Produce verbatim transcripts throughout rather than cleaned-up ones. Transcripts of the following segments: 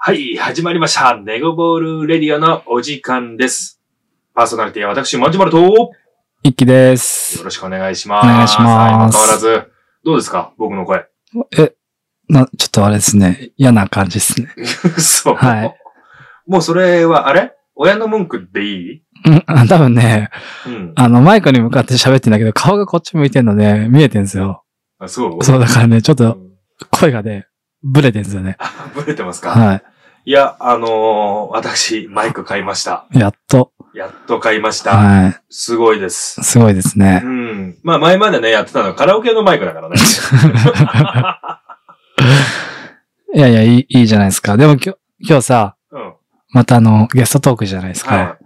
はい、始まりました。ネゴボールレディオのお時間です。パーソナリティは私、マジマルと、 一輝です。 よろしくお願いします。 お願いします。 相変わらず、どうですか僕の声。 え、な、ちょっとあれですね。嫌な感じですね。 そう。 はい。 もうそれは、あれ親の文句でいい？ うん、多分ね、うん、あの、マイクに向かって喋ってんだけど、顔がこっち向いてんので、見えてんですよ。 あ、そうそう、だからね、ちょっと、声がね、ブレてんですよね。 ブレてますか？ はい。 いや、あのー、私、マイク買いました。 やっと。 やっと買いました。 はい。 すごいです。 すごいですね。 うん。まあ、前までね、やってたのはカラオケのマイクだからね。 いやいや、いい、いいじゃないですか。でも今日、今日さ、うん、またあの、ゲストトークじゃないですか。はい、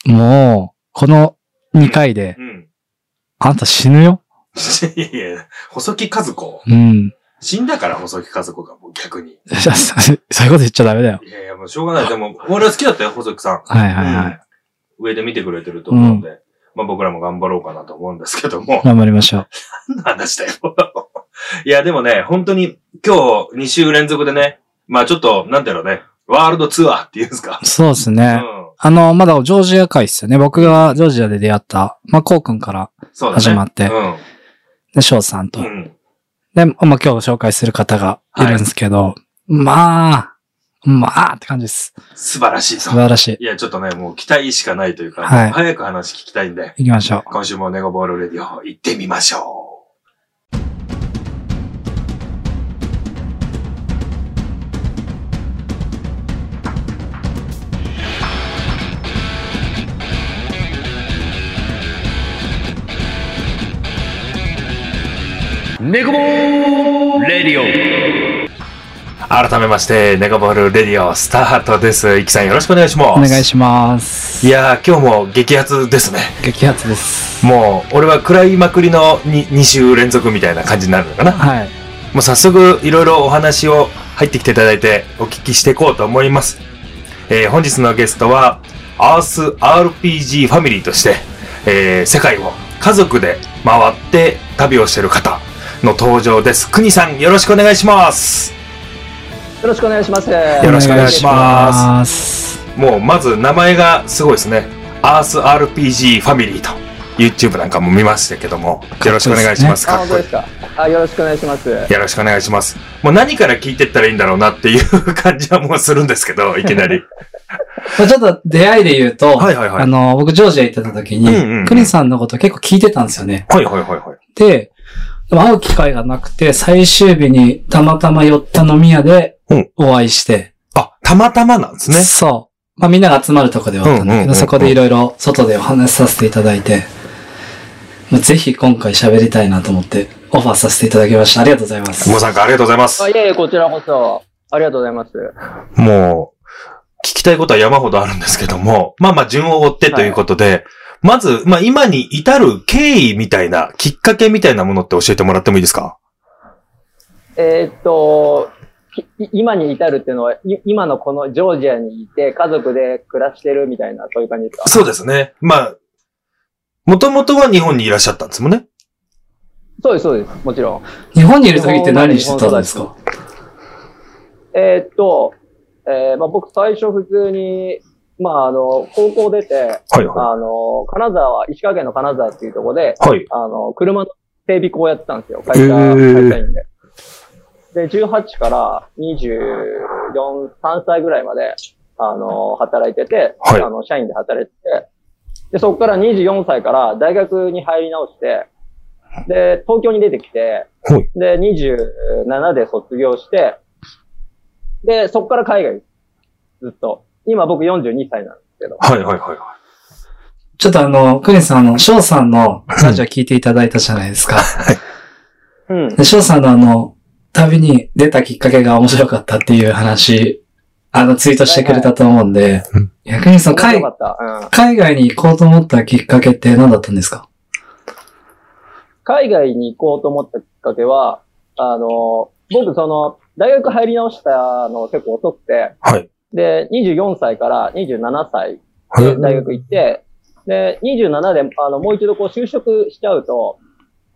もう、このにかいで、うんうん、あんた死ぬよ。 いやいや、細木和子。 うん。 死んだから細木和子がもう逆に。 そういうこと言っちゃダメだよ。 いやいや、もうしょうがない。でも、俺は好きだったよ、細木さん。 はいはいはい。 うん、上で見てくれてると思うんで、うん、まあ僕らも頑張ろうかなと思うんですけども。 頑張りましょう。 何の話だよ。いや、でもね、本当に今日に週連続でね、まあちょっと、なんていうのね、ワールドツアーっていうんですか。 そうですね。うん、あの、まだジョージア会っすよね。僕がジョージアで出会った、まあコウ君から始まって、ね、うん、で、翔さんと。うんで、まあ、今日紹介する方がいるんですけど、はい、まあ、まあって感じです。 素晴らしい。 素晴らしい。 いや、ちょっとね、もう期待しかないというか、 はい、 早く話聞きたいんで。 行きましょう。 今週もネゴボールレディオ行ってみましょう。ネゴボールレディオ改めまして、ネゴボールレディオスタートです。イキさんよろしくお願いします。 お願いします。 いやー、今日も激アツですね。 激アツです。 もう、俺は食らいまくりの 2, 2週連続みたいな感じになるのかな。 はい。 もう早速、いろいろお話を入ってきていただいて、お聞きしていこうと思います。えー、本日のゲストは、アース アールピージー ファミリーとして、えー、世界を家族で回って旅をしている方、の登場です。くにさんよろしくお願いします。 よろしくお願いします。 よろしくお願いします。もうまず名前がすごいですね。アース アールピージー ファミリーと YouTube なんかも見ましたけども、よろしくお願いします。 かっこいい。あ、本当ですか。あ、よろしくお願いします。よろしくお願いします。もう何から聞いてったらいいんだろうなっていう感じはもうするんですけど、いきなり。 ちょっと出会いで言うと、はいはいはい、あの僕ジョージア行ってた時に、うんうんうん、クニさんのこと結構聞いてたんですよね。 はいはいはいはい。 で。でも会う機会がなくて、最終日にたまたま寄った飲み屋でお会いして。 うん、あ、たまたまなんですね。 そう。まあみんなが集まるとこではあったんだけど、うんうんうんうん、そこでいろいろ外でお話しさせていただいて、まあ、ぜひ今回喋りたいなと思ってオファーさせていただきました。ありがとうございます。 ご参加ありがとうございます。 あ、いえいえ、こちらこそ。ありがとうございます。 もう、聞きたいことは山ほどあるんですけども、まあまあ順を追ってということで、はい、まず、まあ、今に至る経緯みたいな、きっかけみたいなものって教えてもらってもいいですか？ えー、っと、今に至るっていうのは、今のこのジョージアにいて、家族で暮らしてるみたいな、そういう感じですか？ そうですね。まあ、もともとは日本にいらっしゃったんですもんね。 そうです、そうです。もちろん。 日本にいる時って何してたんですか？ えー、っと、えー、まあ、僕最初普通に、まあ、あの、高校出て、はいはい、あの、金沢、石川県の金沢っていうところで、はい、あの、車の整備工をやってたんですよ。会社、会社員で。で、じゅうはちからにじゅうよん、さんさいぐらいまで、あの、働いてて、はい、あの、社員で働いてて、で、そこからにじゅうよんさいから大学に入り直して、で、東京に出てきて、はい、で、にじゅうななで卒業して、で、そこから海外、ずっと。今僕よんじゅうにさいなんですけど。 はいはいはいはい。 ちょっとあの、クニさん、あの、翔さんのラジオ聞いていただいたじゃないですか。はい。うん。で、翔さんのあの、旅に出たきっかけが面白かったっていう話、あの、ツイートしてくれたと思うんで、はいはい、逆にその海、うん、海外に行こうと思ったきっかけって何だったんですか？ 海外に行こうと思ったきっかけは、あの、僕その、大学入り直したの結構遅くて、はい。で、にじゅうよんさいからにじゅうななさいで大学行って、で、にじゅうななで、あの、もう一度こう就職しちゃうと、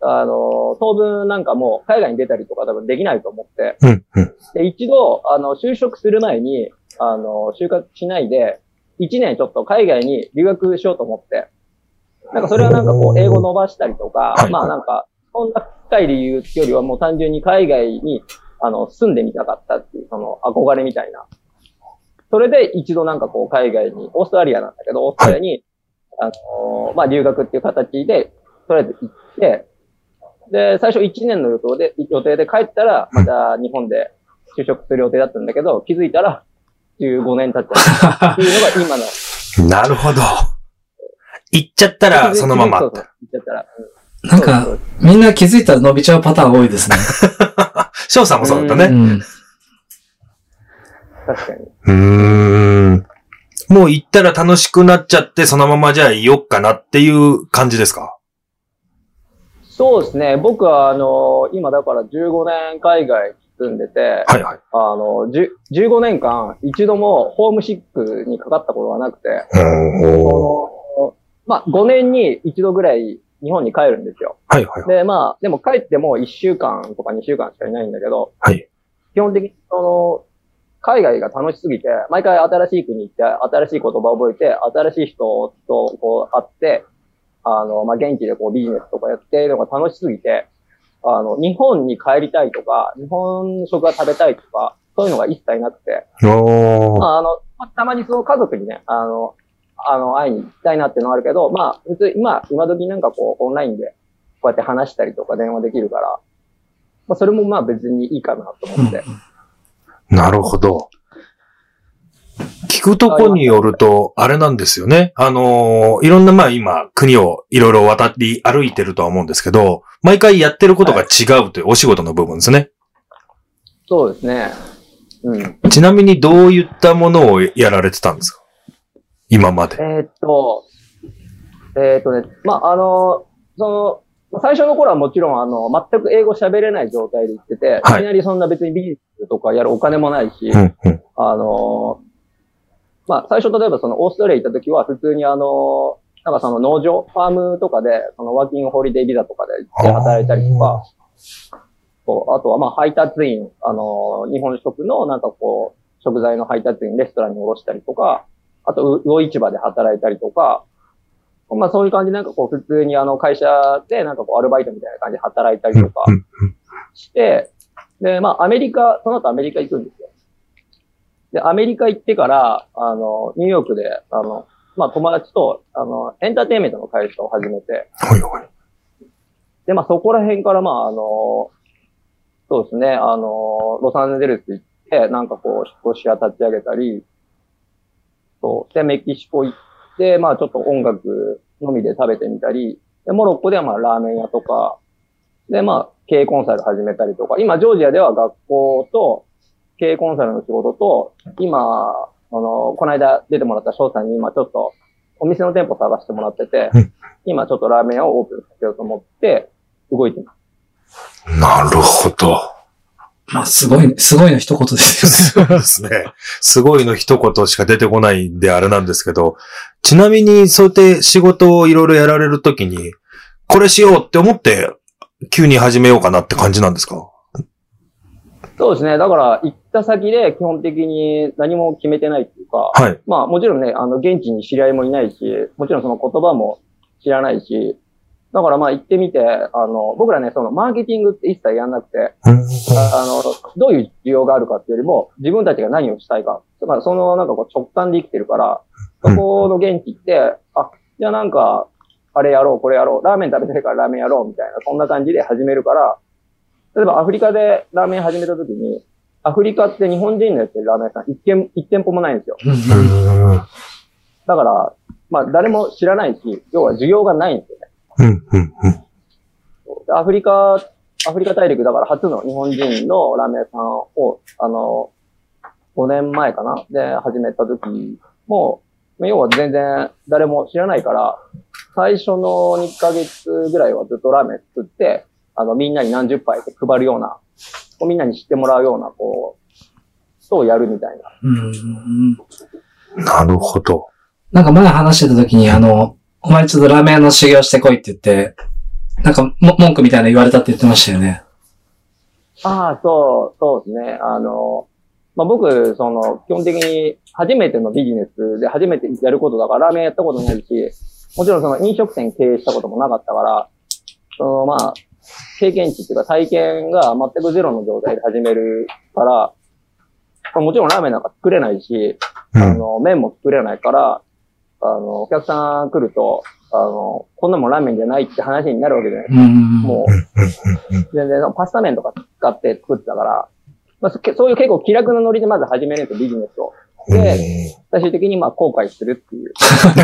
あの、当分なんかもう海外に出たりとか多分できないと思って、 うんうん、 で、一度、あの、就職する前に、あの、就活しないで、一年ちょっと海外に留学しようと思って、なんかそれはなんかこう、英語伸ばしたりとか、まあなんか、そんな深い理由よりはもう単純に海外に、あの、住んでみたかったっていう、その憧れみたいな。それで一度なんかこう、海外に、オーストラリアなんだけど、オーストラリアに、はい、あの、まあ留学っていう形で、とりあえず行って、で、最初いちねんの予定で、予定で帰ったら、また日本で就職する予定だったんだけど、気づいたら、じゅうごねん経っちゃったっていうのが今の。 なるほど。行っちゃったら、そのまま。そうそう、行っちゃったら。 うん、なんか、みんな気づいたら伸びちゃうパターン多いですね。 翔さんもそうだったね。うん、 確かに。 うーん。もう行ったら楽しくなっちゃって、そのままじゃあいよっかなっていう感じですか？ そうですね。僕は、あの、今だからじゅうごねん海外に住んでて、 はいはい。 あの、じゅうごねんかん一度もホームシックにかかったことがなくて、 おまあ、ごねんに一度ぐらい日本に帰るんですよ。 はいはい。 で、まあ、でも帰ってもいっしゅうかんとかにしゅうかんしかいないんだけど、 はい。 基本的に、その、海外が楽しすぎて、毎回新しい国行って、新しい言葉を覚えて、新しい人とこう会って、あの、まあ、現地でこうビジネスとかやってるのが楽しすぎて、あの、日本に帰りたいとか、日本食が食べたいとか、そういうのが一切なくて。 おー。 まあ、あの、たまにその家族にね、あの、あの、会いに行きたいなっていうのはあるけど、まあ、普通、今、今時なんかこう、オンラインで、こうやって話したりとか電話できるから、まあ、それもまあ別にいいかなと思って。 なるほど。聞くとこによると、あれなんですよね。あのー、いろんなまあ今、国をいろいろ渡り歩いてるとは思うんですけど、毎回やってることが違うというお仕事の部分ですね。 そうですね。うん。 ちなみにどういったものをやられてたんですか？今まで。 えー、っと、えー、っとね、まあ、あの、その、最初の頃はもちろん、あの、全く英語喋れない状態で行ってて、はい、いきなりそんな別にビジネスとかやるお金もないし、 うんうん、 あの、まあ、最初例えばそのオーストラリア行った時は普通にあの、なんかその農場、ファームとかで、そのワーキングホリデービザとかで行って働いたりとか、あとはまあ配達員、あの、日本食のなんかこう、食材の配達員レストランに卸したりとか、あと魚市場で働いたりとか、まあそういう感じでなんかこう普通にあの会社でなんかこうアルバイトみたいな感じで働いたりとかして、で、まあアメリカ、その後アメリカ行くんですよ。で、アメリカ行ってから、あの、ニューヨークで、あの、まあ友達と、あの、エンターテインメントの会社を始めて、 はいはい。 で、まあそこら辺からまああの、そうですね、あの、ロサンゼルス行って、なんかこう、引っ越し屋立ち上げたり、そう。で、メキシコ行って、まあちょっと音楽のみで食べてみたり、で、モロッコではまあラーメン屋とか、で、まあ経営コンサル始めたりとか、今ジョージアでは学校と経営コンサルの仕事と、今、あの、この間出てもらった翔さんに今ちょっとお店の店舗探してもらってて、今ちょっとラーメン屋をオープンさせようと思って動いてます。 なるほど。 まあ、すごい、すごいの一言ですよね。そうですね。すごいの一言しか出てこないんであれなんですけど、ちなみにそうやって仕事をいろいろやられるときに、これしようって思って、急に始めようかなって感じなんですか？ そうですね。だから、行った先で基本的に何も決めてないっていうか、 はい。 まあ、もちろんね、あの、現地に知り合いもいないし、もちろんその言葉も知らないし、だからまあ行ってみて、あの、僕らね、そのマーケティングって一切やんなくて、あの、どういう需要があるかっていうよりも、自分たちが何をしたいか。だからそのなんかこう直感で生きてるから、そこの現地行って、あ、じゃあなんか、あれやろう、これやろう、ラーメン食べたいからラーメンやろう、みたいな、そんな感じで始めるから、例えばアフリカでラーメン始めた時に、アフリカって日本人のやってるラーメン屋さん一軒、一店舗もないんですよ。だから、まあ誰も知らないし、要は需要がないんですよね。 うんうんうん、 アフリカ、アフリカ大陸だから初の日本人のラーメン屋さんを、あの、ごねんまえかなで始めた時も、要は全然誰も知らないから、最初のにかげつぐらいはずっとラーメン作って、あの、みんなに何十杯って配るような、みんなに知ってもらうような、こう、人をやるみたいな。 うん、 なるほど。 なんか前話してた時に、あの、お前ちょっとラーメン屋の修行してこいって言って、 なんか、も、文句みたいな言われたって言ってましたよね。 ああ、そう、そうですね。あの、まあ、僕、その、基本的に初めてのビジネスで初めてやることだから、ラーメンやったことないし、もちろんその飲食店経営したこともなかったから、その、まあ、経験値っていうか体験が全くゼロの状態で始めるから、もちろんラーメンなんか作れないし、うん、あの、麺も作れないから、あの、お客さん来ると、あの、こんなもんラーメンじゃないって話になるわけじゃないですか。もう、全然パスタ麺とか使って作ってたから、まあ、そういう結構気楽なノリでまず始めるんですよ、ビジネスを。で、最終的にまあ後悔するっていう。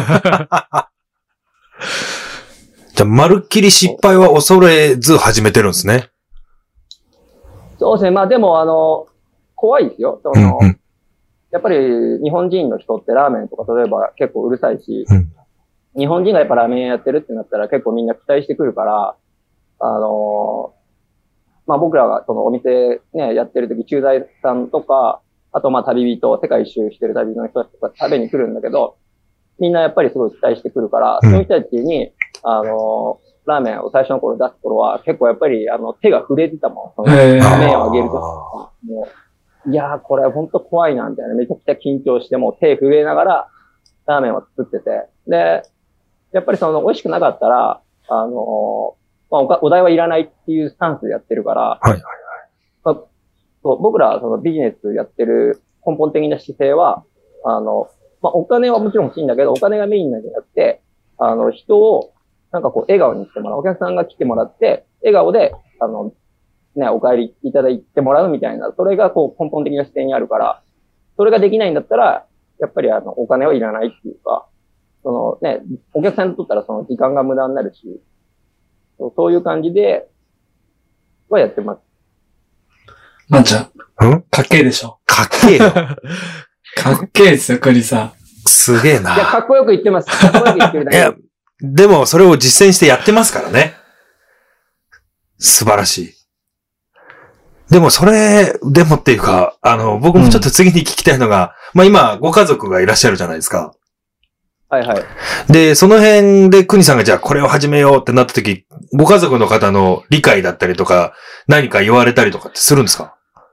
じゃあ、まるっきり失敗は恐れず始めてるんですね。 そうですね。まあでも、あの、怖いですよ。その、うんうん、やっぱり日本人の人ってラーメンとか例えば結構うるさいし、うん、日本人がやっぱラーメン屋やってるってなったら結構みんな期待してくるから、あの、まあ僕らがそのお店ね、やってる時、駐在さんとか、あとまあ旅人、世界一周してる旅人の人たちとか食べに来るんだけど、みんなやっぱりすごい期待してくるから、うん、その人たちに、あの、ラーメンを最初の頃出す頃は結構やっぱりあの手が震えてたもん。その麺をあげるともう、いやーこれほんと怖いなみたいな。めちゃくちゃ緊張してもう手震えながらラーメンを作ってて。で、やっぱりその美味しくなかったら、あの、まあ、お, お題はいらないっていうスタンスでやってるから、はいはいはい。まあ、そう僕らそのビジネスやってる根本的な姿勢は、あの、まあ、お金はもちろん欲しいんだけど、お金がメインなんじゃなくて、あの、人をなんかこう笑顔にしてもらう。お客さんが来てもらって、笑顔で、あの、ね、お帰りいただいてもらうみたいな、それがこう根本的な視点にあるから、それができないんだったら、やっぱりあの、お金はいらないっていうか、そのね、お客さんにとったらその時間が無駄になるし、そういう感じで、はやってます。 まんちゃん。んかっけえでしょ。 かっけえよ。 かっけえですよ、クリさん。 すげえな。 いや、かっこよく言ってます。かっこよく言ってるだけ。 いや、でもそれを実践してやってますからね。素晴らしい。でもそれ、でもっていうか、あの、僕もちょっと次に聞きたいのが、うん、まあ今、ご家族がいらっしゃるじゃないですか。 はいはい。 で、その辺で国さんがじゃあこれを始めようってなった時、ご家族の方の理解だったりとか、何か言われたりとかってするんですか？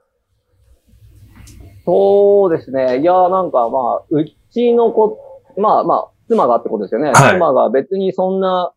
そうですね。いや、なんかまあ、うちの子、まあまあ、妻がってことですよね。はい、妻が別にそんな、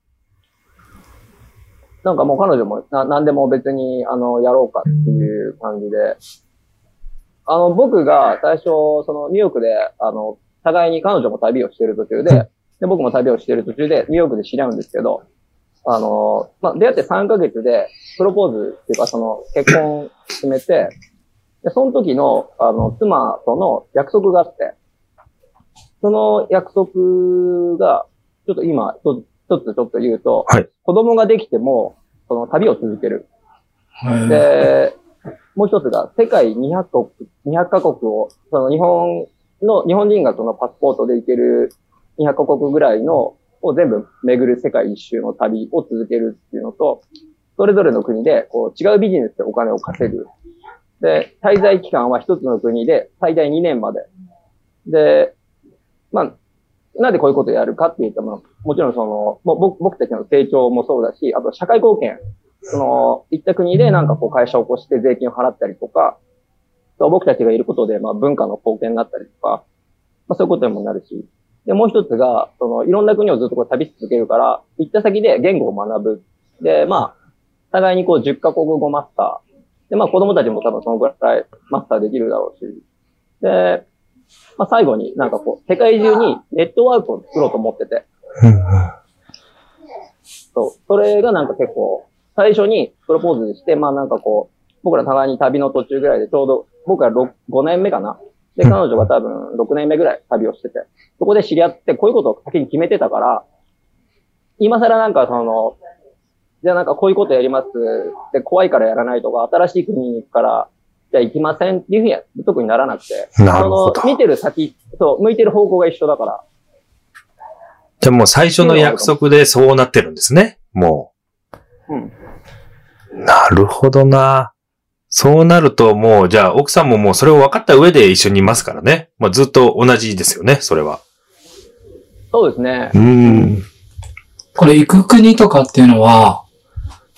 なんかもう彼女もな何でも別にあの、やろうかっていう感じで、あの、僕が最初、そのニューヨークで、あの、互いに彼女も旅をしている途中で、で、僕も旅をしている途中で、ニューヨークで知り合うんですけど、あの、まあ、出会ってさんかげつで、プロポーズっていうか、その、結婚決めて、で、その時の、あの、妻との約束があって、その約束が、ちょっと今、一つちょっと言うと、はい、子供ができても、その旅を続ける。で、もう一つが、世界にひゃくカ国、にひゃくカ国を、その日本の、日本人がそのパスポートで行けるにひゃくカ国ぐらいの、を全部巡る世界一周の旅を続けるっていうのと、それぞれの国で、こう、違うビジネスでお金を稼ぐ。で、滞在期間は一つの国で最大にねんまで。で、まあ、なんでこういうことをやるかって言ったら、もちろんその、も僕僕たちの成長もそうだし、あと社会貢献。その、行った国でなんかこう会社を起こして税金を払ったりとか、僕たちがいることでまあ文化の貢献になったりとか、まあそういうことにもなるし。で、もう一つが、その、いろんな国をずっとこう旅し続けるから、行った先で言語を学ぶ。で、まあ、互いにこうじゅっカ国語マスター。で、まあ子供たちも多分そのぐらいマスターできるだろうし。で、まあ最後になんかこう、世界中にネットワークを作ろうと思ってて。そう。それがなんか結構、最初にプロポーズして、まあなんかこう、僕ら互いに旅の途中ぐらいでちょうど、僕らごねんめかな。で、彼女が多分ろくねんめぐらい旅をしてて、そこで知り合って、こういうことを先に決めてたから、今更なんかその、じゃあなんかこういうことやります。で、怖いからやらないとか、新しい国に行くから、じゃあ行きませんっていうふうには特にならなくて。 なるほど。 その、見てる先、そう、向いてる方向が一緒だから。 じゃあもう最初の約束でそうなってるんですね。もう。うん。 なるほどな。そうなるともう、じゃあ奥さんももうそれを分かった上で一緒にいますからね。まあずっと同じですよね、それは。 そうですね。 うん。 これ行く国とかっていうのは、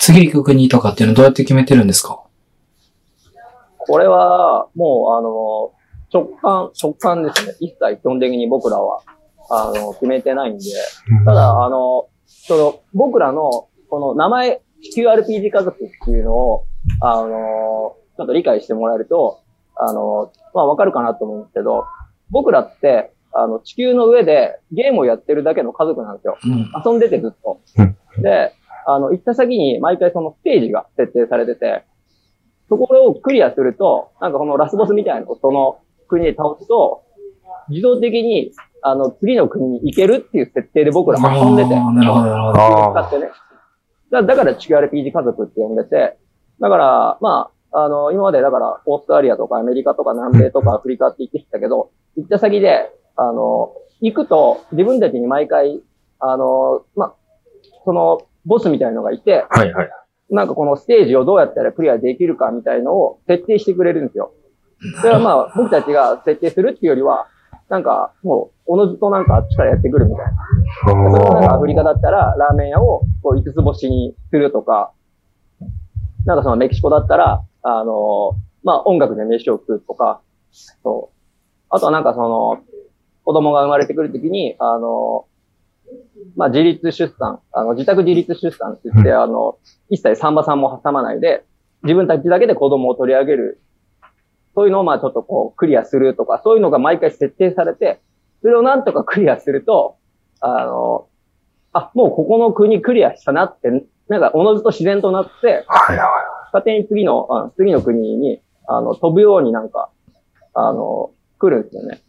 次行く国とかっていうのはどうやって決めてるんですか？ これは、もう、あの、直感、直感ですね。一切基本的に僕らは、あの、決めてないんで。ただ、あの、その、僕らの、この名前、地球 アールピージー 家族っていうのを、あの、ちょっと理解してもらえると、あの、まあ、わかるかなと思うんですけど、僕らって、あの、地球の上でゲームをやってるだけの家族なんですよ。うん、遊んでてずっと。で、あの、行った先に毎回そのステージが設定されてて、そこをクリアすると、なんかこのラスボスみたいなのをその国で倒すと、自動的に、あの、次の国に行けるっていう設定で僕ら遊んでて。 なるほど、なるほど。 使ってね。だ, だから地球 アールピージー 家族って呼んでて、だから、まあ、あの、今までだから、オーストラリアとかアメリカとか南米とかアフリカって言ってきたけど、行った先で、あの、行くと自分たちに毎回、あの、ま、その、ボスみたいのがいて、 はいはい。 なんかこのステージをどうやったらクリアできるかみたいのを設定してくれるんですよ。それはまあ、僕たちが設定するっていうよりは、なんか、もう、おのずとなんかあっちからやってくるみたいな。それはなんかアフリカだったら、ラーメン屋をこう五つ星にするとか、なんかそのメキシコだったら、あの、まあ音楽で飯を食うとか、そう。あとはなんかその、子供が生まれてくるときに、あの、まあ自立出産、あの、自宅自立出産って言って、あの、一切産婆さんも挟まないで、自分たちだけで子供を取り上げる。そういうのをまあちょっとこうクリアするとか、そういうのが毎回設定されて、それをなんとかクリアすると、あの、あ、もうここの国クリアしたなって、なんかおのずと自然となって、 はいはい、 勝手に次の、あ次の国に、あの、飛ぶようになんか、あの、来るんですよね。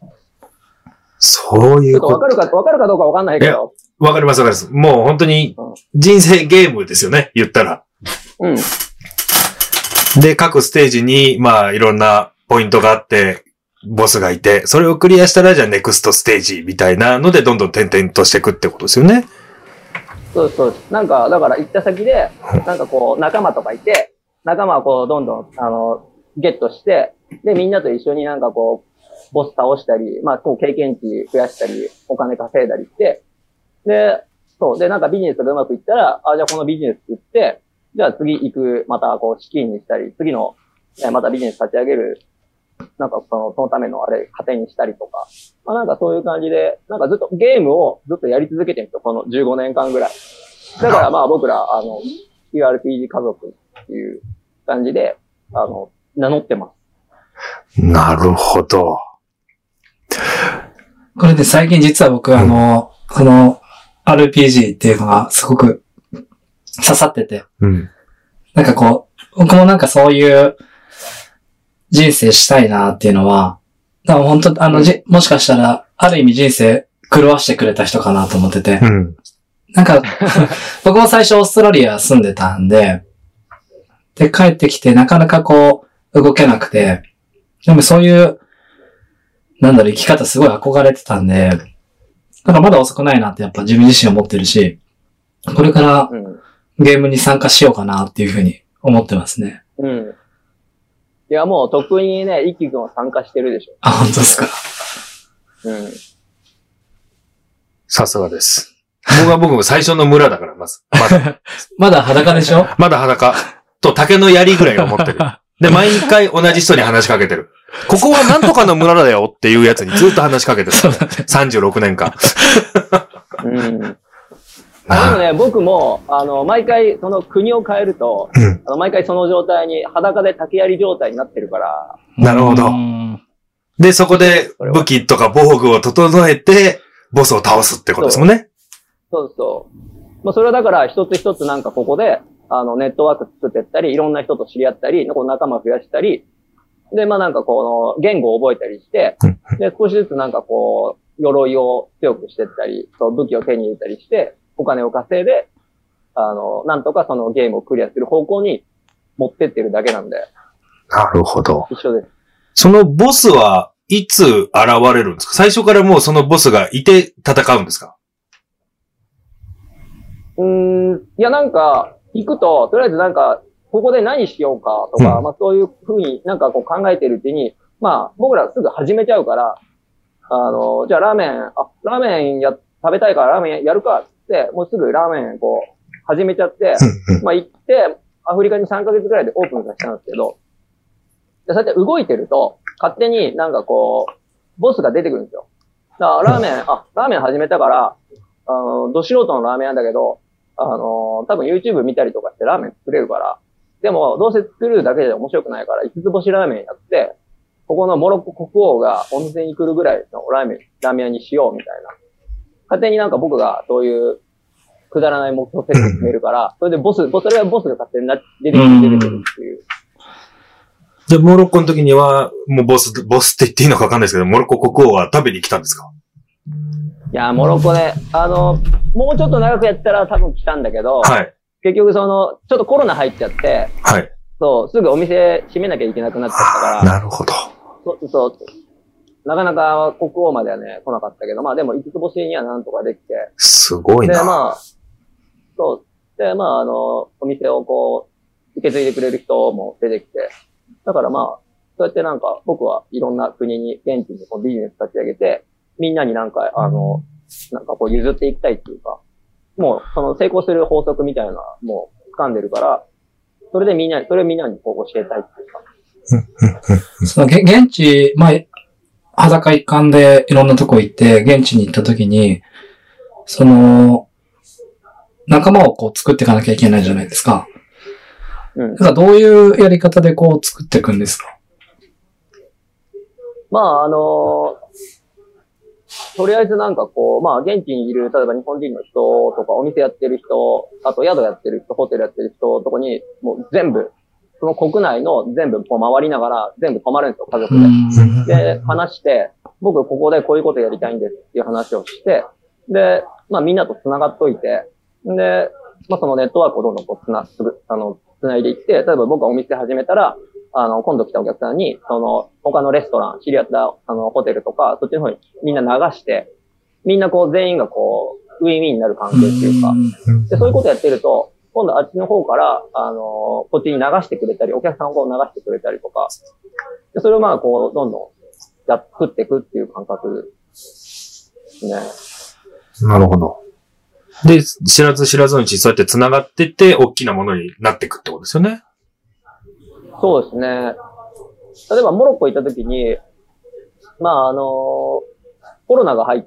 そういうこと。 わかるか、わかるかどうかわかんないけど。 わかりますわかります。もう本当に人生ゲームですよね、言ったら。 うん。 で、各ステージに、まあ、いろんなポイントがあって、ボスがいて、それをクリアしたら、じゃあネクストステージみたいなので、どんどん点々としていくってことですよね。 そうそう。なんか、だから行った先で、なんかこう、仲間とかいて、仲間はこう、どんどん、あの、ゲットして、で、みんなと一緒になんかこう、ボス倒したり、まあ、こう、経験値増やしたり、お金稼いだりして、で、そう。で、なんかビジネスがうまくいったら、あ、じゃあこのビジネス作って、じゃあ次行く、またこう、資金にしたり、次の、またビジネス立ち上げる、なんかその、そのためのあれ、糧にしたりとか、まあなんかそういう感じで、なんかずっとゲームをずっとやり続けてるんですよ、このじゅうごねんかんぐらい。だからまあ僕ら、あの、ユーアールピージー 家族っていう感じで、あの、名乗ってます。 なるほど。 これで最近実は僕、あの、うん、この アールピージー っていうのがすごく刺さってて、 うん、 なんかこう、僕もなんかそういう人生したいなっていうのは、だから本当あの、じ、もしかしたら、ある意味人生狂わしてくれた人かなと思ってて、 うん、 なんか、僕も最初オーストラリア住んでたんで、で、帰ってきてなかなかこう、動けなくて、でもそういう、なんだろう、生き方すごい憧れてたんで、だからまだ遅くないなってやっぱ自分自身思ってるし、これからゲームに参加しようかなっていうふうに思ってますね。 うん。いや、もう特にね、一輝くんは参加してるでしょ。 あ、本当ですか。 うん。 さすがです。僕は僕も最初の村だから、まず。まだ。 まだ裸でしょ？ まだ裸。と竹の槍ぐらいを持ってる。で、毎回同じ人に話しかけてる。ここはなんとかの村だよっていうやつにずっと話しかけてる。さんじゅうろくねんかん。 うん。あでもね、僕も、あの、毎回、その国を変えると、 うん、 あの毎回その状態に、裸で竹槍状態になってるから。 なるほど。で、そこで武器とか防具を整えて、ボスを倒すってことですもんね。 そうそうそう。まあ、それはだから一つ一つなんかここで、あの、ネットワーク作ってったり、いろんな人と知り合ったり、こう仲間増やしたり、で、まあなんかこの、言語を覚えたりして、で、少しずつなんかこう、鎧を強くしてったり、そう武器を手に入れたりして、お金を稼いで、あの、なんとかそのゲームをクリアする方向に持ってってるだけなんで。 なるほど。 一緒です。 そのボスはいつ現れるんですか？最初からもうそのボスがいて戦うんですか？ うーん、いやなんか、行くと、とりあえずなんか、ここで何しようかとか、うん、まあそういうふうになんかこう考えてるうちに、まあ僕らすぐ始めちゃうから、あの、じゃあラーメン、あ、ラーメンや、食べたいからラーメンやるかって、もうすぐラーメンこ始めちゃって、まあ行って、アフリカにさんかげつくらいでオープンさせたんですけど、でそうやって動いてると、勝手になんかこう、ボスが出てくるんですよ。だからラーメン、あ、ラーメン始めたから、あの、ど素人のラーメン屋だけど、あの、多分 YouTube 見たりとかしてラーメン作れるから、でも、どうせ作るだけで面白くないから、五つ星ラーメンやって、ここのモロッコ国王が温泉に来るぐらいのラーメン、ラーメン屋にしようみたいな。勝手になんか僕がそういうくだらない目標設定決めるから、それでボス、それはボスが勝手にな出てくる、出てくるっていう。 で、モロッコの時には、もうボス、ボスって言っていいのかわかんないですけど、モロッコ国王は食べに来たんですか？ いや、モロッコね、あの、もうちょっと長くやったら多分来たんだけど、 はい。 結局その、ちょっとコロナ入っちゃって、 はい。 そう、すぐお店閉めなきゃいけなくなっちゃったから。 なるほど。 そう、そう、なかなか国王まではね、来なかったけど、まあでも五つ星にはなんとかできて。 すごいな。 で、まあ、そう。で、まああの、お店をこう、受け継いでくれる人も出てきて、だからまあ、そうやってなんか僕はいろんな国に、現地にこうビジネス立ち上げて、みんなになんか、あの、なんかこう譲っていきたいっていうか、もうその成功する法則みたいなのはもう掴んでるから、それでみんなに、それをみんなにこう教えたいっていうか。 その現地、まあ、裸一貫でいろんなとこ行って、現地に行った時に、その、仲間をこう作っていかなきゃいけないじゃないですか。うん。だからどういうやり方でこう作っていくんですか？ まあ、あのー、とりあえずなんかこう、まあ、現地にいる、例えば日本人の人とか、お店やってる人、あと宿やってる人、ホテルやってる人とかに、もう全部、その国内の全部こう回りながら、全部泊まるんですよ、家族で。で、話して、僕ここでこういうことやりたいんですっていう話をして、で、まあみんなと繋がっといて、で、まあそのネットワークをどんどんこうつな、すぐ、あの、繋いでいって、例えば僕がお店始めたら、あの、今度来たお客さんに、その、他のレストラン、知り合った、あの、ホテルとか、そっちの方にみんな流して、みんなこう全員がこう、ウィンウィンになる関係っていうか、で、そういうことやってると、今度あっちの方から、あの、こっちに流してくれたり、お客さんをこう流してくれたりとか、でそれをまあこう、どんどん、やっ、作っていくっていう感覚ですね。 なるほど。で、知らず知らずのうちにそうやって繋がってって、大きなものになっていくってことですよね。 そうですね。例えばモロッコ行った時に、まああの、コロナが入って、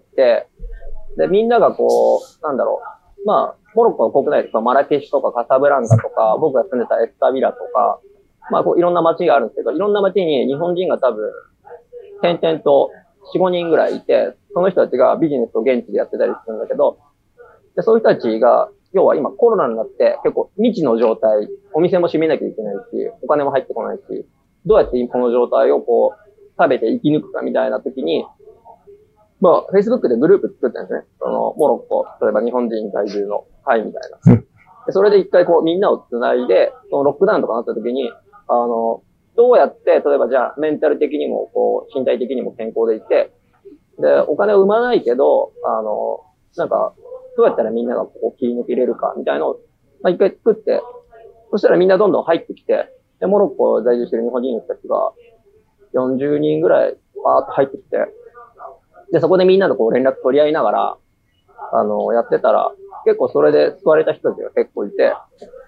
で、みんながこう、なんだろう、まあ、モロッコの国内でマラケシュとかカサブランカとか、僕が住んでたエスタビラとか、まあこういろんな街があるんですけど、いろんな街に日本人が多分、点々とよん、ごにんぐらいいて、その人たちがビジネスを現地でやってたりするんだけど、でそういう人たちが、要は今コロナになって結構未知の状態、お店も閉めなきゃいけないし、お金も入ってこないし、どうやってこの状態をこう、食べて生き抜くかみたいな時に、まあ、Facebook でグループ作ったんですね。その、モロッコ、例えば日本人在住の会みたいな。でそれで一回こうみんなを繋いで、そのロックダウンとかなった時に、あの、どうやって、例えばじゃあメンタル的にも、こう、身体的にも健康でいて、で、お金を生まないけど、あの、なんか、どうやったらみんながこう切り抜けれるかみたいなのを、まあ一回作って、そしたらみんなどんどん入ってきて、で、モロッコ在住してる日本人の人たちがよんじゅうにんぐらいバーッと入ってきて、で、そこでみんなとこう連絡取り合いながら、あの、やってたら、結構それで救われた人たちが結構いて、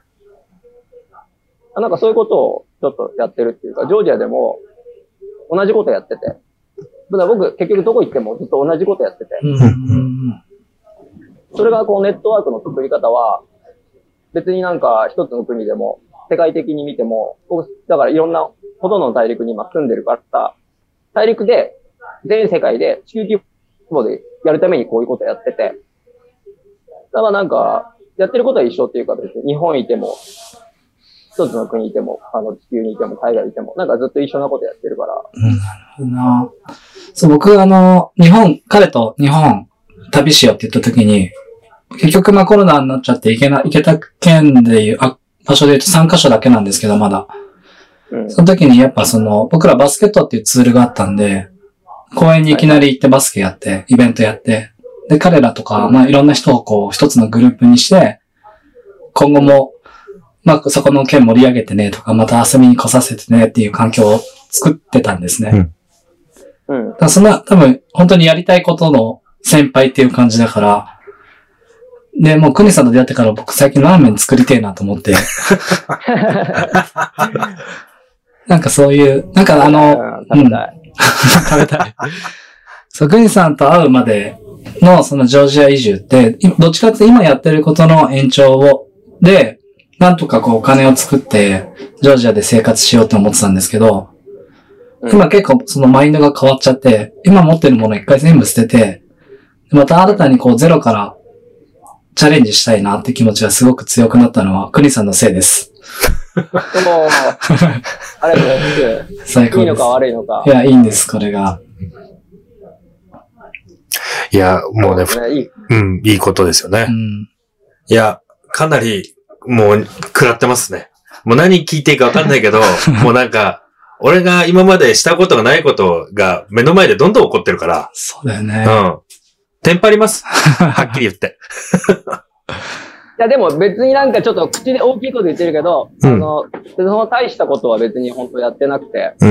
なんかそういうことをちょっとやってるっていうか、ジョージアでも同じことやってて、だから僕結局どこ行ってもずっと同じことやってて、それがこうネットワークの作り方は、別になんか一つの国でも、世界的に見ても、僕、だからいろんな、ほとんどの大陸に今住んでるから、大陸で、全世界で地球規模でやるためにこういうことやってて、だからなんか、やってることは一緒っていうか別に日本いても、一つの国いても、あの地球にいても、海外いても、なんかずっと一緒なことやってるから。 うん、なるほどな。そう、僕あの、日本、彼と日本旅しようって言った時に、結局まあコロナになっちゃって行けな、行けた県でいう、あ、場所で言うとさんカ所だけなんですけど、まだ。うん、その時にやっぱその、僕らバスケットっていうツールがあったんで、公園にいきなり行ってバスケやって、イベントやって、で、彼らとか、まあいろんな人をこう一つのグループにして、今後も、まあそこの県盛り上げてねとか、また遊びに来させてねっていう環境を作ってたんですね。うん。だからそんな、多分本当にやりたいことの先輩っていう感じだから、 で、もうクニさんと出会ってから僕最近ラーメン作りてえなと思って。なんかそういう、なんかあの、 食べたい。 うん、食べたい。そう、クニさんと会うまでのそのジョージア移住って、どっちかって今やってることの延長を、で、なんとかこうお金を作って、ジョージアで生活しようと思ってたんですけど、うん、今結構そのマインドが変わっちゃって、今持ってるもの一回全部捨てて、また新たにこうゼロからチャレンジしたいなって気持ちがすごく強くなったのは、クニさんのせいです。 でも、あれです。最高です。いいのか悪いのか。 いや、いいんです、これが。 いや、もうね、うねいいうん、いいことですよね。うん、いや、かなり、もう、食らってますね。もう何聞いていいかわかんないけど、もうなんか、俺が今までしたことがないことが目の前でどんどん起こってるから。 そうだよね。 うん。テンパります。はっきり言って。 いや、でも別になんかちょっと口で大きいこと言ってるけど、うん、あの、その大したことは別に本当やってなくて。うんうん。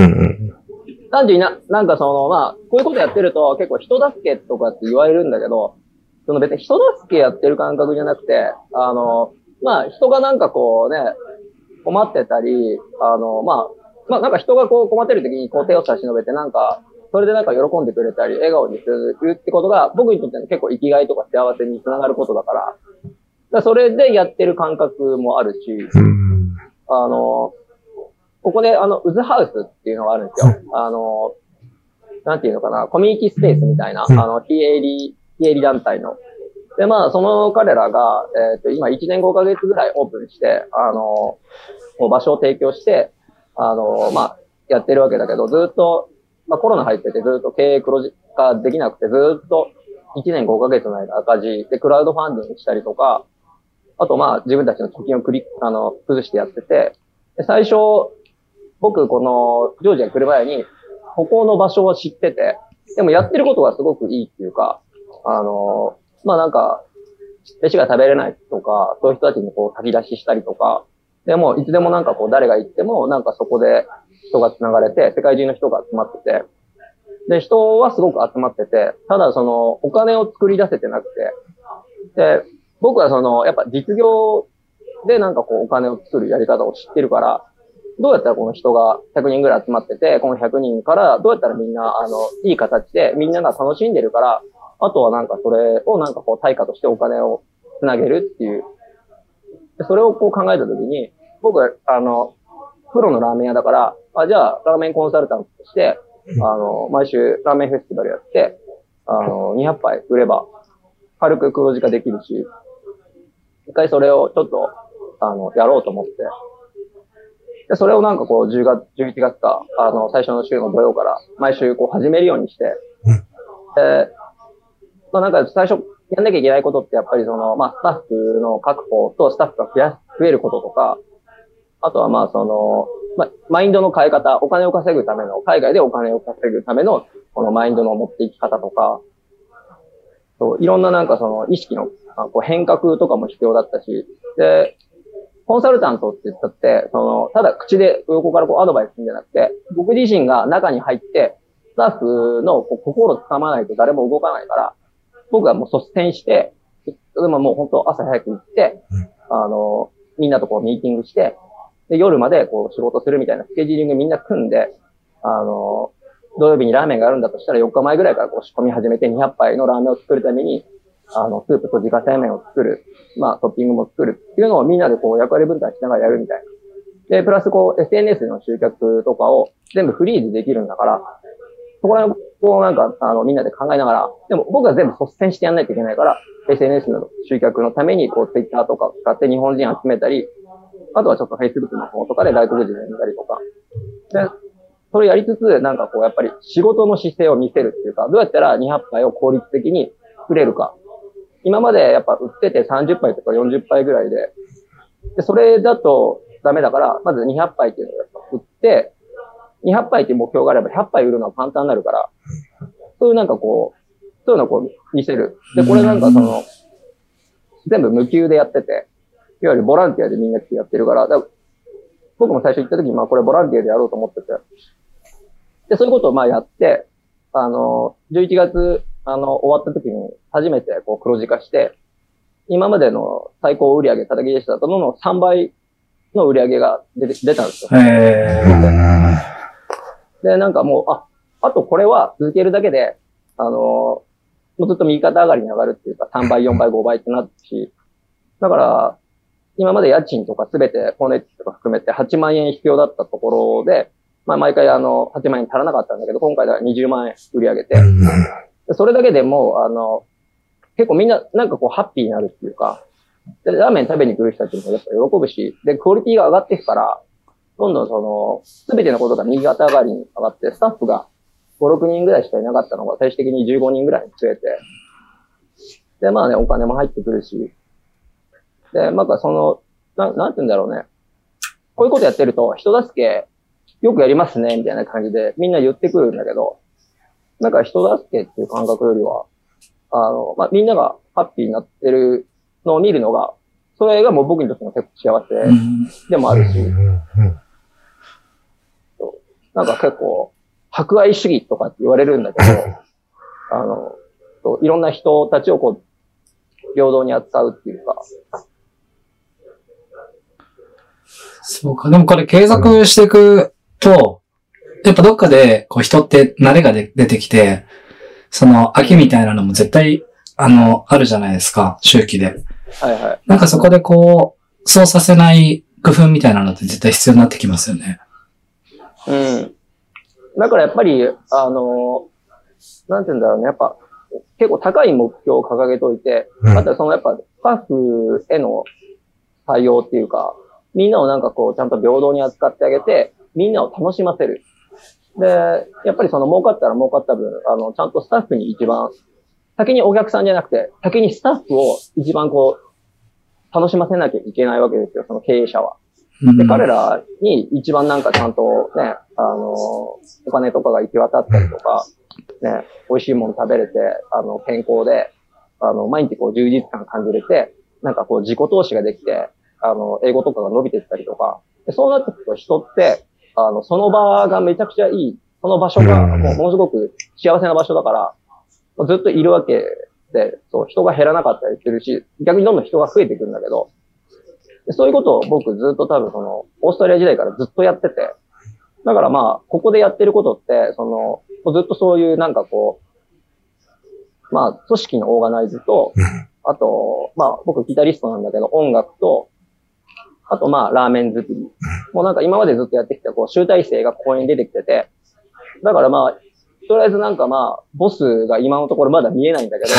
単純にな、なんかその、まあ、こういうことやってると結構人助けとかって言われるんだけど、その別に人助けやってる感覚じゃなくて、あの、まあ、人がなんかこうね、困ってたり、あの、まあ、まあなんか人がこう困ってる時にこう手を差し伸べてなんか、それでなんか喜んでくれたり、笑顔にするってことが僕にとっての結構生きがいとか幸せにつながることだから、だからそれでやってる感覚もあるし、あの、ここであの、ウズハウスっていうのがあるんですよ。あの、なんていうのかな、コミュニティスペースみたいな、あの、非営利、非営利団体の。で、まあ、その彼らが、えっと、今いちねんごかげつぐらいオープンして、あの、場所を提供して、あの、まあ、やってるわけだけど、ずっと、まあコロナ入っててずっと経営黒字化できなくて、ずっといちねんごかげつの間赤字でクラウドファンディングしたりとか、あとまあ自分たちの貯金をクリあの、崩してやってて、で最初、僕このジョージアに来る前に、ここの場所を知ってて、でもやってることがすごくいいっていうか、あの、まあなんか、飯が食べれないとか、そういう人たちにこう炊き出ししたりとか、でも、いつでもなんかこう、誰が行っても、なんかそこで人が繋がれて、世界中の人が集まってて、で、人はすごく集まってて、ただその、お金を作り出せてなくて、で、僕はその、やっぱ実業でなんかこう、お金を作るやり方を知ってるから、どうやったらこの人がひゃくにんぐらい集まってて、このひゃくにんからどうやったらみんな、あの、いい形でみんなが楽しんでるから、あとはなんかそれをなんかこう、対価としてお金をつなげるっていう、それをこう考えたときに、僕は、あの、プロのラーメン屋だから、あ、じゃあ、ラーメンコンサルタントとして、あの、毎週ラーメンフェスティバルやって、あの、にひゃくぱい売れば、軽く黒字化できるし、一回それをちょっと、あの、やろうと思って、で、それをなんかこう、じゅうがつ、じゅういちがつか、あの、最初の週の土曜から、毎週こう、始めるようにして、で、まあなんか最初、やんなきゃいけないことってやっぱりその、まあ、スタッフの確保とスタッフが増や、増えることとか、あとはまあその、まあ、マインドの変え方、お金を稼ぐための、海外でお金を稼ぐための、このマインドの持っていき方とか、そういろんななんかその意識のこう変革とかも必要だったし、で、コンサルタントって言ったって、その、ただ口で横からこうアドバイスするんじゃなくて、僕自身が中に入って、スタッフのこう心をつかまないと誰も動かないから、僕はもう率先して、でももう本当朝早く行って、あの、みんなとこうミーティングして、で、夜までこう仕事するみたいなスケジューリングみんな組んで、あの、土曜日にラーメンがあるんだとしたらよっかまえぐらいからこう仕込み始めてにひゃくぱいのラーメンを作るために、あの、スープと自家製麺を作る、まあトッピングも作るっていうのをみんなでこう役割分担しながらやるみたいな。で、プラスこう エスエヌエス の集客とかを全部フリーでできるんだから、そこら辺をなんか、あの、みんなで考えながら、でも僕は全部率先してやんないといけないから、エスエヌエス の集客のために、こう、Twitter とかを使って日本人集めたり、あとはちょっと Facebook の方とかで外国人を呼んだりとか。で、それやりつつ、なんかこう、やっぱり仕事の姿勢を見せるっていうか、どうやったらにひゃくぱいを効率的に作れるか。今までやっぱ売っててさんじゅっぱいとかよんじゅっぱいぐらいで、で、それだとダメだから、まずにひゃくぱいっていうのをやっぱ売って、にひゃくぱいっていう目標があればひゃくぱい売るのは簡単になるから、そういうなんかこう、そういうのをこう見せる。で、これなんかその、全部無給でやってて、いわゆるボランティアでみんな来てやってるから、だから僕も最初行った時にまあこれボランティアでやろうと思ってて、で、そういうことをまあやって、あの、じゅういちがつ、あの、終わった時に初めてこう黒字化して、 今までの最高売上叩き出したもののさんばいの売上が出て、出たんですよ。へー。で、なんかもう、あ、あとこれは続けるだけで、あのー、もうずっと右肩上がりに上がるっていうか、さんばい、よんばい、ごばいってなったし、だから、今まで家賃とかすべて、光熱費とか含めてはちまんえん必要だったところで、まあ毎回あの、はちまんえん足らなかったんだけど、今回ではにじゅうまんえん売り上げて、それだけでもう、あの、結構みんななんかこうハッピーになるっていうか、でラーメン食べに来る人たちもやっぱ喜ぶし、で、クオリティが上がっていくから、どんどんその、すべてのことが右肩上がりに上がって、スタッフがご、ろくにんぐらいしかいなかったのが最終的にじゅうごにんぐらいに増えて、で、まあね、お金も入ってくるし、で、なんかその、な、なんて言うんだろうね。こういうことやってると、人助け、よくやりますね、みたいな感じで、みんな言ってくるんだけど、なんか人助けっていう感覚よりは、あの、まあ、みんながハッピーになってるのを見るのが、それがもう僕にとっても結構幸せでもあるし、なんか結構、博愛主義とかって言われるんだけど、あの、いろんな人たちをこう、平等に扱うっていうか。 そうか。でもこれ継続していくと、やっぱどっかでこう人って慣れがで出てきて、その飽きみたいなのも絶対、あの、あるじゃないですか、周期で。 はいはい。 なんかそこでこう、そうさせない工夫みたいなのって絶対必要になってきますよね。 うん。だからやっぱり、あの、なんて言うんだろうね、やっぱ、結構高い目標を掲げといて、うん、あとはそのやっぱスタッフへの対応っていうか、みんなをなんかこうちゃんと平等に扱ってあげて、みんなを楽しませる。で、やっぱりその儲かったら儲かった分、あの、ちゃんとスタッフに一番、先にお客さんじゃなくて、先にスタッフを一番こう、楽しませなきゃいけないわけですよ、その経営者は。で、彼らに一番なんかちゃんとね、あの、お金とかが行き渡ったりとか、ね、美味しいもの食べれて、あの、健康で、あの、毎日こう充実感感じれて、なんかこう自己投資ができて、あの、英語とかが伸びていったりとか、でそうなってくると人って、あの、その場がめちゃくちゃいい、その場所がもうものすごく幸せな場所だから、ずっといるわけで、そう、人が減らなかったりするし、逆にどんどん人が増えていくんだけど、そういうことを僕ずっと多分その、オーストラリア時代からずっとやってて、だからまあ、ここでやってることって、その、ずっとそういうなんかこう、まあ、組織のオーガナイズと、あと、まあ、僕ギタリストなんだけど、音楽と、あとまあ、ラーメン作り。もうなんか今までずっとやってきた、こう、集大成がここに出てきてて、だからまあ、とりあえずなんかまあ、ボスが今のところまだ見えないんだけど、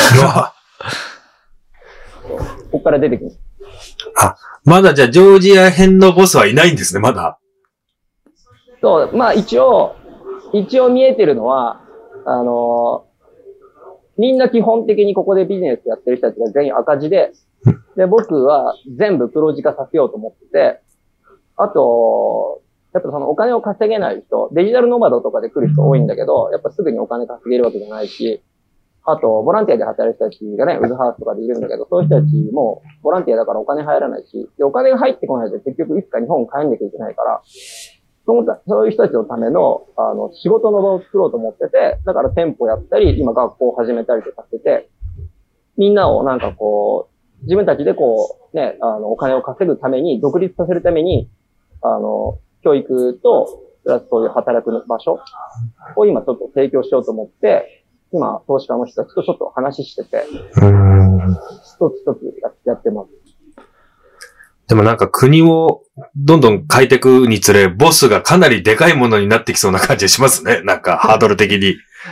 ここから出てきます。 あ、まだじゃあジョージア編のボスはいないんですね、まだ。 そう、まあ一応、一応見えてるのは、あのー、みんな基本的にここでビジネスやってる人たちが全員赤字で、で、僕は全部黒字化させようと思ってて、あと、やっぱそのお金を稼げない人、デジタルノマドとかで来る人多いんだけど、やっぱすぐにお金稼げるわけじゃないし、あと、ボランティアで働いてる人たちがね、ウズハウスとかでいるんだけど、そういう人たちも、ボランティアだからお金入らないし、で、お金が入ってこないと結局いつか日本帰んなきゃいけないから、そうそういう人たちのための、あの、仕事の場を作ろうと思ってて、だから店舗やったり、今学校を始めたりとかしてて、みんなをなんかこう、自分たちでこう、ね、あの、お金を稼ぐために、独立させるために、あの、教育と、プラスそういう働く場所を今ちょっと提供しようと思って、今、投資家の人たちとちょっと話してて、一つ一つやってます。 でもなんか国をどんどん変えていくにつれ、ボスがかなりでかいものになってきそうな感じしますね。なんかハードル的に。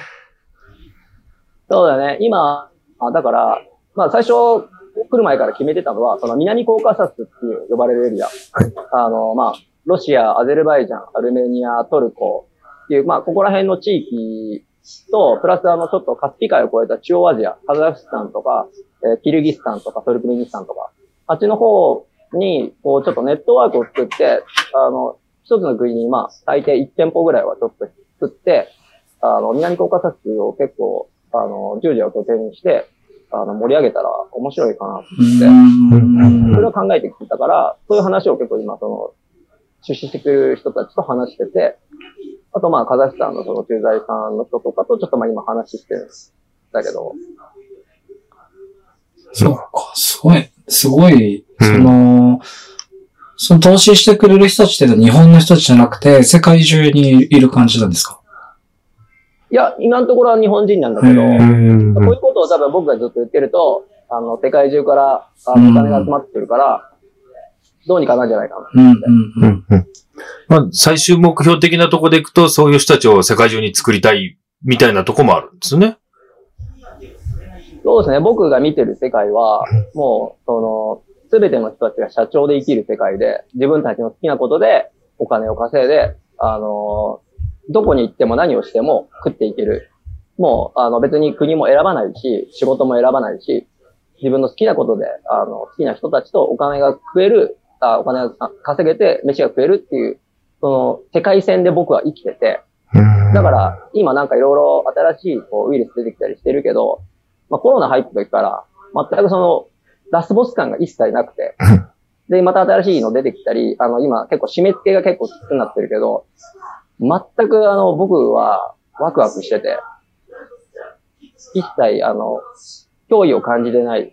そうだね。今、だから、まあ最初来る前から決めてたのは、その南コーカサスっていう呼ばれるエリア。はい、あの、まあ、ロシア、アゼルバイジャン、アルメニア、トルコっていう、まあここら辺の地域と、プラスあのちょっとカスピ海を越えた中央アジア、カザフスタンとか、えー、キルギスタンとかトルクメニスタンとか、あっちの方に、こう、ちょっとネットワークを作って、あの、一つの国に、まあ、最低いち店舗ぐらいはちょっと作って、あの、南コーカサスを結構、あの、ジョージアを拠点にして、あの、盛り上げたら面白いかなと思って、それを考えてきたから、そういう話を結構今、その、出資してくれる人たちと話してて、あとまあ、カザフスタンのその駐在さんの人とかとちょっとまあ今話してるんだけど。 そうか。 すごい、すごい、その、うん、その投資してくれる人たちって日本の人たちじゃなくて、世界中にいる感じなんですか？ いや、今のところは日本人なんだけど、こういうことを多分僕がずっと言ってると、あの、世界中から、あの、お金が集まってるから、どうにかなんじゃないかな。うんうんうん。まあ、最終目標的なところでいくと、そういう人たちを世界中に作りたいみたいなとこもあるんですね。 そうですね。僕が見てる世界は、もう、その、すべての人たちが社長で生きる世界で、自分たちの好きなことでお金を稼いで、あの、どこに行っても何をしても食っていける。もう、あの、別に国も選ばないし、仕事も選ばないし、自分の好きなことで、あの、好きな人たちとお金が食える、あお金が稼げて飯が食えるっていう、その、世界線で僕は生きてて、だから、今なんかいろいろ新しいこうウイルス出てきたりしてるけど、まあコロナ入った時から、全くその、ラスボス感が一切なくて、で、また新しいの出てきたり、あの、今結構締め付けが結構きつくなってるけど、全くあの、僕はワクワクしてて、一切あの、脅威を感じてない。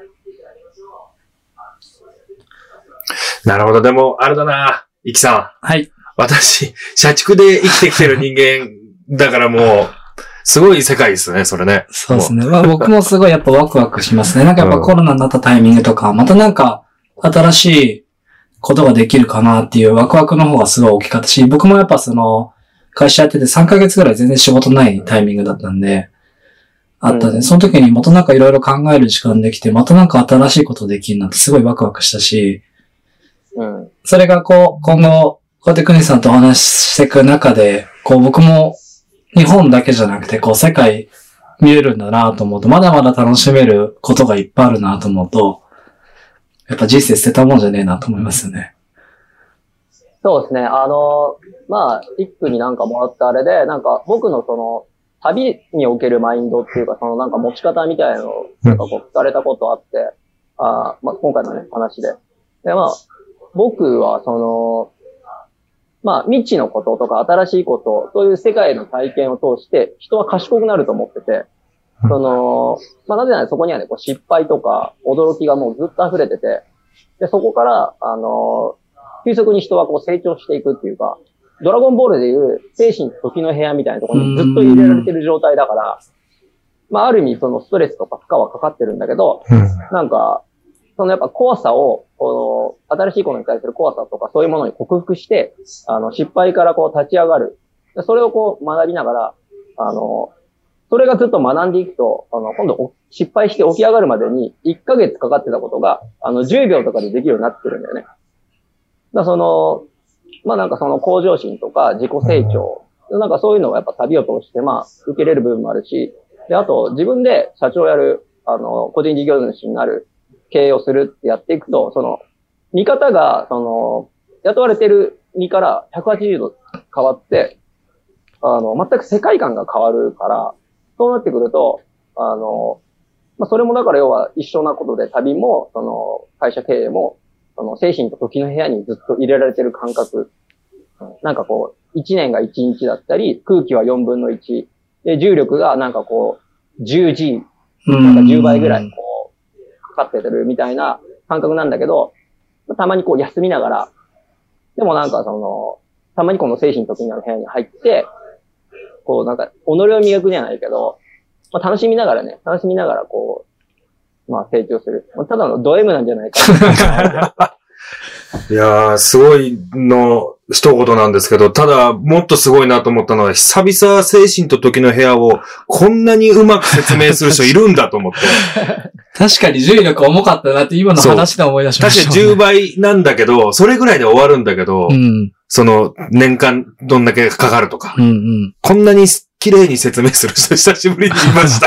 なるほど。でも、あれだな、イキさん。はい。 私、社畜で生きてきてる人間だからもう、すごい世界ですね、それね。 そうですね。まあ僕もすごいやっぱワクワクしますね。なんかやっぱコロナになったタイミングとか、またなんか新しいことができるかなっていうワクワクの方がすごい大きかったし、僕もやっぱその、会社やっててさんかげつぐらい全然仕事ないタイミングだったんで、あったんで、その時にまたなんかいろいろ考える時間できて、またなんか新しいことできるなってすごいワクワクしたし、うん、それがこう、今後、こうやってクニさんとお話ししていく中で、こう僕も日本だけじゃなくて、こう世界見えるんだなと思うと、まだまだ楽しめることがいっぱいあるなと思うと、やっぱ人生捨てたもんじゃねえなと思いますよね。 そうですね。あの、まあ、一句になんかもらったあれで、なんか僕のその、旅におけるマインドっていうか、そのなんか持ち方みたいなのを、なんかこう聞かれたことあって、あまあ今回のね、話で。で、まあ、僕はその、まあ、未知のこととか新しいこと、そういう世界の体験を通して、人は賢くなると思ってて、その、まあ、なぜならそこにはね、こう失敗とか驚きがもうずっと溢れてて、で、そこから、あの、急速に人はこう成長していくっていうか、ドラゴンボールでいう精神と時の部屋みたいなところにずっと入れられてる状態だから、まあ、ある意味そのストレスとか負荷はかかってるんだけど、なんか、そのやっぱ怖さを、この、新しいことに対する怖さとかそういうものに克服して、あの、失敗からこう立ち上がる。それをこう学びながら、あの、それがずっと学んでいくと、あの、今度失敗して起き上がるまでにいっかげつかかってたことが、あの、じゅうびょうとかでできるようになってるんだよね。だからその、まあなんかその向上心とか自己成長、なんかそういうのがやっぱ旅を通してまあ受けれる部分もあるし、で、あと自分で社長をやる、あの、個人事業主になる、経営をするってやっていくと、その、見方が、その、雇われてる身からひゃくはちじゅうど変わって、あの、全く世界観が変わるから、そうなってくると、あの、まあ、それもだから要は一緒なことで旅も、その、会社経営も、その、精神と時の部屋にずっと入れられてる感覚。なんかこう、いちねんがいちにちだったり、空気はよんぶんのいち。で、重力がなんかこう、じゅうジー、なんかじゅうばいぐらい、こう、かかってるみたいな感覚なんだけど、たまにこう休みながら、でもなんかその、たまにこの精神と時の部屋に入って、こうなんか、己を磨くじゃないけど、まあ楽しみながらね、楽しみながらこう、まあ成長する。ただのド M なんじゃないか。 いやー、すごいの一言なんですけど、ただ、もっとすごいなと思ったのは、久々精神と時の部屋をこんなにうまく説明する人いるんだと思って。 確かに重力重かったなって今の話で思い出しました、ね。 確かにじゅうばいなんだけど、それぐらいで終わるんだけど、うん、その年間どんだけかかるとか、うんうん、こんなに綺麗に説明する人久しぶりに見ました。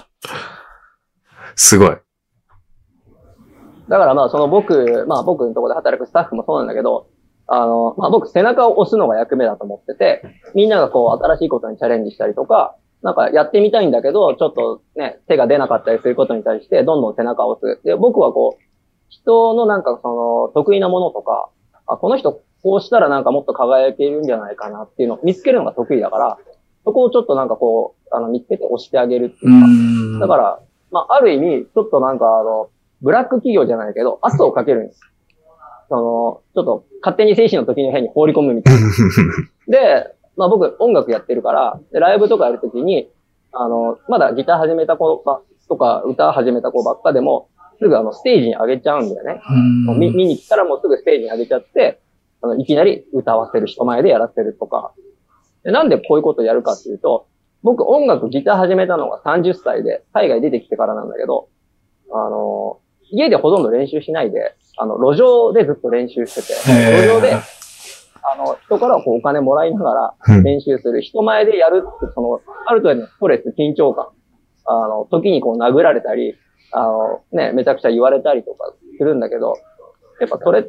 すごい。 だからまあその僕、まあ僕のところで働くスタッフもそうなんだけど、あの、まあ僕背中を押すのが役目だと思ってて、みんながこう新しいことにチャレンジしたりとか、なんかやってみたいんだけど、ちょっとね、手が出なかったりすることに対して、どんどん背中を押す。で、僕はこう、人のなんかその得意なものとか、あ、この人こうしたらなんかもっと輝けるんじゃないかなっていうのを見つけるのが得意だから、そこをちょっとなんかこう、あの見つけて押してあげるっていうか、だから、 まあ、ある意味、ちょっとなんかあの、ブラック企業じゃないけど、圧をかけるんです。その、ちょっと勝手に精神の時の部屋に放り込むみたいな。で、まあ僕音楽やってるから、でライブとかやるときに、あの、まだギター始めた子とか歌始めた子ばっかでも、すぐあのステージに上げちゃうんだよね。見, 見に来たらもうすぐステージに上げちゃって、あのいきなり歌わせる、人前でやらせるとか。でなんでこういうことをやるかっていうと、僕音楽ギター始めたのがさんじゅっさいで、海外出てきてからなんだけど、あの、家でほとんど練習しないで、あの、路上でずっと練習してて、路上で、あの、人からこうお金もらいながら練習する、人前でやるって、その、ある程度のストレス、緊張感、あの、時にこう殴られたり、あの、ね、めちゃくちゃ言われたりとかするんだけど、やっぱそれって、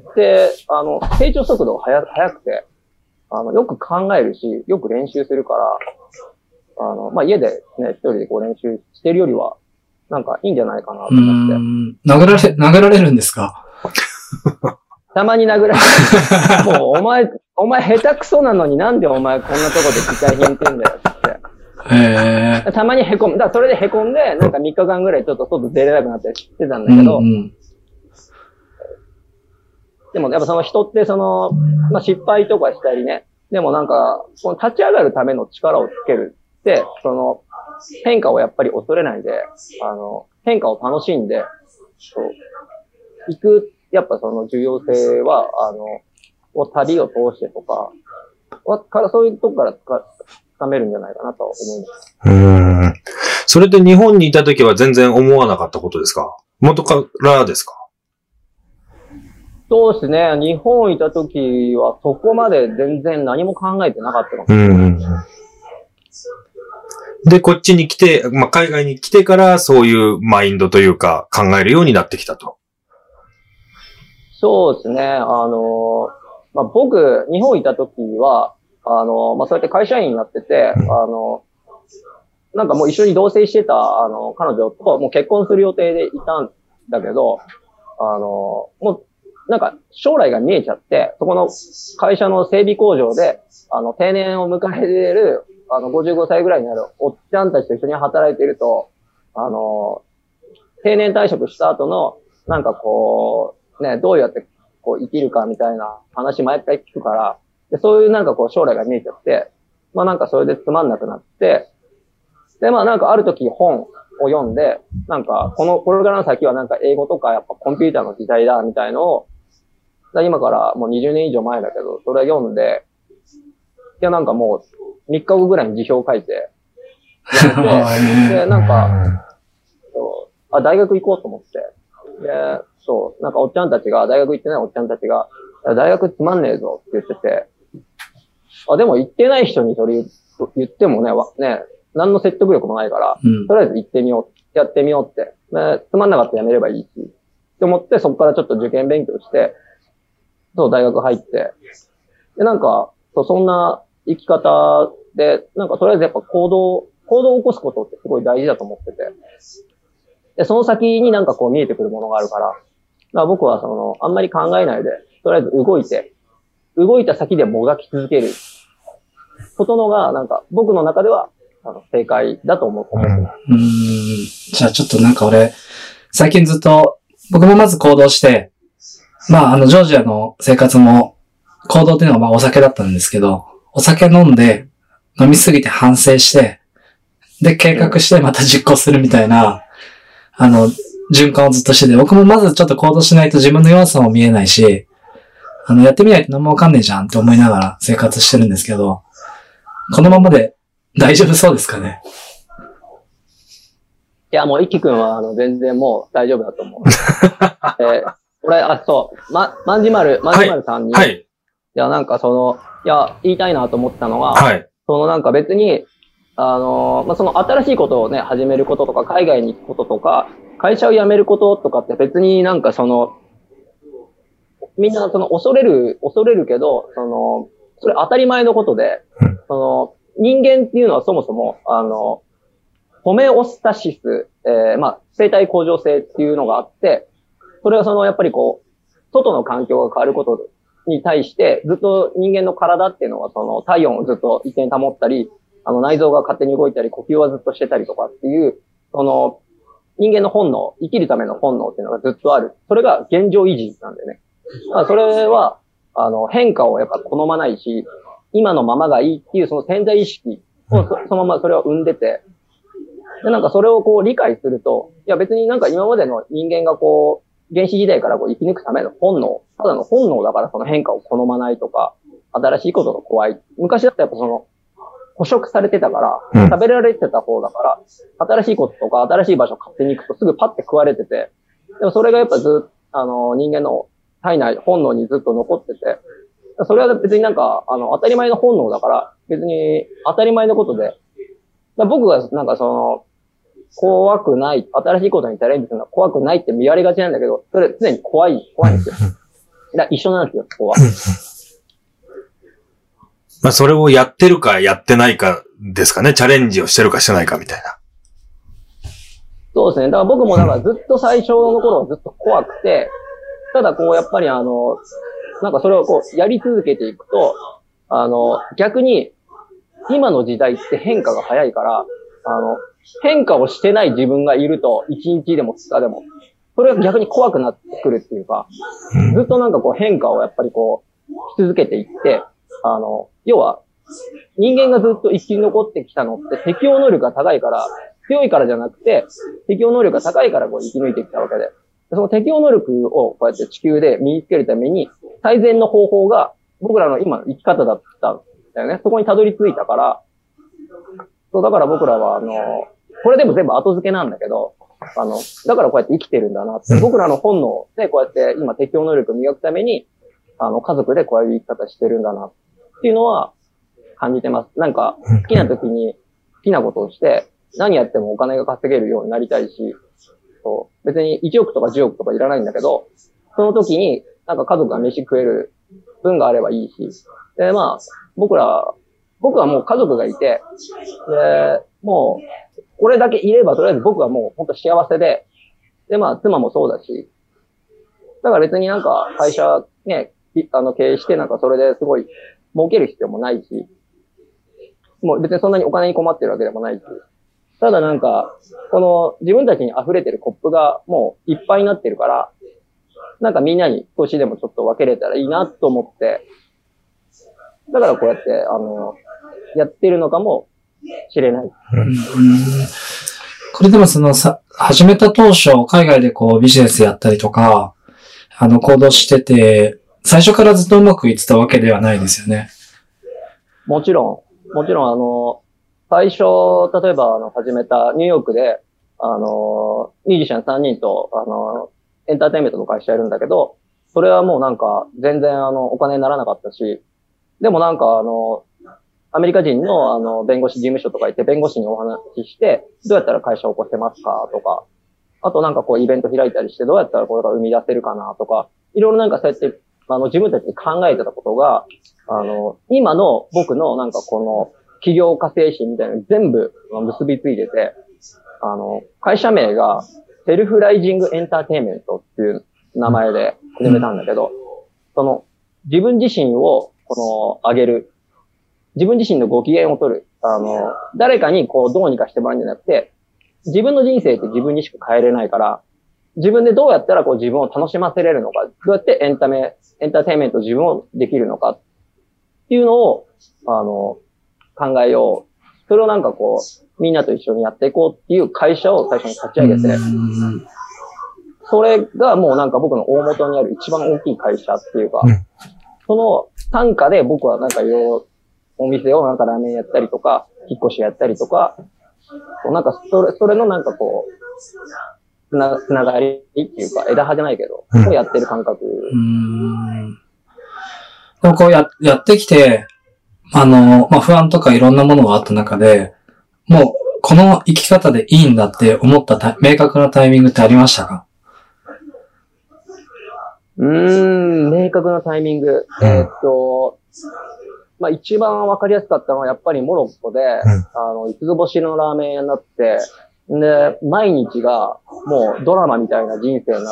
あの、成長速度が速、速くて、あの、よく考えるし、よく練習するから、あの、まあ、家でね、一人でこう練習してるよりは、なんかいいんじゃないかなと思って。 うん。殴られ、殴られるんですか？ たまに殴られる。もう、お前、お前下手くそなのになんでお前こんなとこでギター弾いてんだよって。 へー。 たまに凹む。だからそれで凹んで、なんかみっかかんぐらいちょっと外出れなくなったりしてたんだけど、うんうん、でもやっぱその人ってその、まあ、失敗とかしたりね、でもなんか、この立ち上がるための力をつけるって、その、変化をやっぱり恐れないで、あの、変化を楽しんで、そう、行く、やっぱその重要性は、あの、旅を通してとか、からそういうとこからつかめるんじゃないかなと思います。 うーん。それで日本にいた時は全然思わなかったことですか？元からですか？ そうですね。日本いた時はそこまで全然何も考えてなかったの。 うん。で、こっちに来て、まあ、海外に来てからそういうマインドというか考えるようになってきたと。 そうですね。あの、まあ、僕、日本いた時は、あの、まあ、そうやって会社員になってて、うん、あの、なんかもう一緒に同棲してた、あの、彼女ともう結婚する予定でいたんだけど、あの、もう、なんか将来が見えちゃって、そこの会社の整備工場で、あの、定年を迎えれる、あの、ごじゅうごさいぐらいになるおっちゃんたちと一緒に働いていると、あの、定年退職した後の、なんかこう、ね、どうやってこう生きるかみたいな話毎回聞くから、で、そういうなんかこう将来が見えちゃって、まあなんかそれでつまんなくなって、で、まあなんかある時本を読んで、なんかこの、これからの先はなんか英語とかやっぱコンピューターの時代だみたいのを、今からもうにじゅうねん以上前だけど、それ読んで、いやなんかもうみっかごぐらいに辞表書いて、で、なんか、そう、あ、大学行こうと思って、で、そう、なんかおっちゃんたちが、大学行ってないおっちゃんたちが、大学つまんねえぞって言ってて、あ、でも行ってない人にそれ言ってもね、ね、何の説得力もないから、うん、とりあえず行ってみよう、やってみようって、ね、つまんなかったらやめればいいし、って思って、そこからちょっと受験勉強して、そう、大学入って、で、なんか、そう、そんな生き方で、なんかとりあえずやっぱ行動、行動を起こすことってすごい大事だと思ってて、で、その先になんかこう見えてくるものがあるから、だから僕はその、あんまり考えないで、とりあえず動いて、動いた先でもがき続けることのが、なんか僕の中では、あの、正解だと思う。思ってます。 うーん。じゃあちょっとなんか俺、最近ずっと、僕もまず行動して、まああの、ジョージアの生活も、行動っていうのはまあお酒だったんですけど、お酒飲んで、飲みすぎて反省して、で、計画してまた実行するみたいな、あの、循環をずっとしてて、僕もまずちょっと行動しないと自分の弱さも見えないし、あの、やってみないと何もわかんねえじゃんって思いながら生活してるんですけど、このままで大丈夫そうですかね？ いや、もう、いきくんは、あの、全然もう大丈夫だと思う。えー、俺、あ、そう、ま、まんじまる、まんじまるさんに、はい。はい、いや、なんかその、いや、言いたいなと思ったのは、はい。そのなんか別に、あの、まあ、その新しいことをね、始めることとか、海外に行くこととか、会社を辞めることとかって別になんかその、みんなその恐れる、恐れるけど、その、それ当たり前のことで、その、人間っていうのはそもそも、あの、ホメオスタシス、えー、まあ、生体向上性っていうのがあって、それはその、やっぱりこう、外の環境が変わることに対して、ずっと人間の体っていうのはその、体温をずっと一定に保ったり、あの、内臓が勝手に動いたり、呼吸はずっとしてたりとかっていう、その、 人間の本能、生きるための本能っていうのがずっとある。それが現状維持なんだよね。だからそれは、あの、変化をやっぱ好まないし、今のままがいいっていうその潜在意識を そ, そのままそれを生んでて、で、なんかそれをこう理解すると、いや別になんか今までの人間がこう、原始時代からこう生き抜くための本能、ただの本能だからその変化を好まないとか、新しいことが怖い。昔だったらやっぱその、捕食されてたから、食べられてた方だから、新しいこととか新しい場所勝手に行くとすぐパッて食われてて、でもそれがやっぱずっと、あの、人間の体内、本能にずっと残ってて、それは別になんか、あの、当たり前の本能だから、別に当たり前のことで、僕がなんかその、怖くない、新しいことにチャレンジするのは怖くないって見られがちなんだけど、それ常に怖い、怖いんですよ。だから一緒なんですよ、そこは。 まあ、それをやってるかやってないかですかね。チャレンジをしてるかしてないかみたいな。 そうですね。だから僕もだからずっと最初の頃はずっと怖くて、ただこうやっぱりあの、なんかそれをこうやり続けていくと、あの、逆に今の時代って変化が早いから、あの、変化をしてない自分がいると、いちにちでもふつかでも、それが逆に怖くなってくるっていうか、ずっとなんかこう変化をやっぱりこう、し続けていって、あの、要は、人間がずっと生き残ってきたのって適応能力が高いから、強いからじゃなくて、適応能力が高いからこう生き抜いてきたわけで。その適応能力をこうやって地球で身につけるために、最善の方法が僕らの今の生き方だったんだよね。そこにたどり着いたから、そうだから僕らはあの、これでも全部後付けなんだけど、あの、だからこうやって生きてるんだなって、僕らの本能でこうやって今適応能力を磨くために、あの、家族でこういう生き方してるんだなっていうのは感じてます。なんか、好きな時に好きなことをして、何やってもお金が稼げるようになりたいし、そう、別にいちおくとかじゅうおくとかいらないんだけど、その時になんか家族が飯食える分があればいいし、で、まあ、僕ら、僕はもう家族がいて、で、もう、これだけいればとりあえず僕はもう本当幸せで、で、まあ、妻もそうだし、だから別になんか会社ね、あの、経営してなんかそれですごい儲ける必要もないし、もう別にそんなにお金に困ってるわけでもないし、ただなんか、この自分たちに溢れてるコップがもういっぱいになってるから、なんかみんなに少しでもちょっと分けれたらいいなと思って、だからこうやって、あの、やってるのかもしれない。うん、 これでもそのさ、始めた当初、海外でこうビジネスやったりとか、あの、行動してて、最初からずっとうまくいってたわけではないですよね。 もちろん、もちろんあの、最初、例えばあの、始めたニューヨークで、あの、ミュージシャンさんにんと、あの、エンターテインメントの会社やるんだけど、それはもうなんか、全然あの、お金にならなかったし、でもなんかあの、アメリカ人のあの、弁護士事務所とか行って弁護士にお話しして、どうやったら会社を起こせますかとか、あとなんかこうイベント開いたりしてどうやったらこれが生み出せるかなとか、いろいろなんかそうやって、あの、自分たちで考えてたことが、あの、今の僕のなんかこの、企業家精神みたいなのに全部結びついてて、あの、会社名がセルフライジングエンターテインメントっていう名前で始めたんだけど、その、自分自身をこの、上げる。自分自身のご機嫌を取る。あの、誰かにこうどうにかしてもらうんじゃなくて、自分の人生って自分にしか変えれないから、自分でどうやったらこう自分を楽しませれるのか、どうやってエンタメ、エンターテインメント自分をできるのかっていうのを、あの、考えよう。それをなんかこう、みんなと一緒にやっていこうっていう会社を最初に立ち上げて、それがもうなんか僕の大元にある一番大きい会社っていうか、その単価で僕はなんかいろいろお店をなんかラーメンやったりとか、引っ越しやったりとか、なんかそれ、それのなんかこう、つな、つながりっていうか、枝葉じゃないけど、をやってる感覚。 うん。でもこうや、やってきて、あの、まあ、不安とかいろんなものがあった中で、もう、この生き方でいいんだって思ったた明確なタイミングってありましたか？ うーん、明確なタイミング。えー、っと、まあ、一番わかりやすかったのはやっぱりモロッコで、うん、あの、五つ星のラーメン屋になって、で、毎日がもうドラマみたいな人生になって、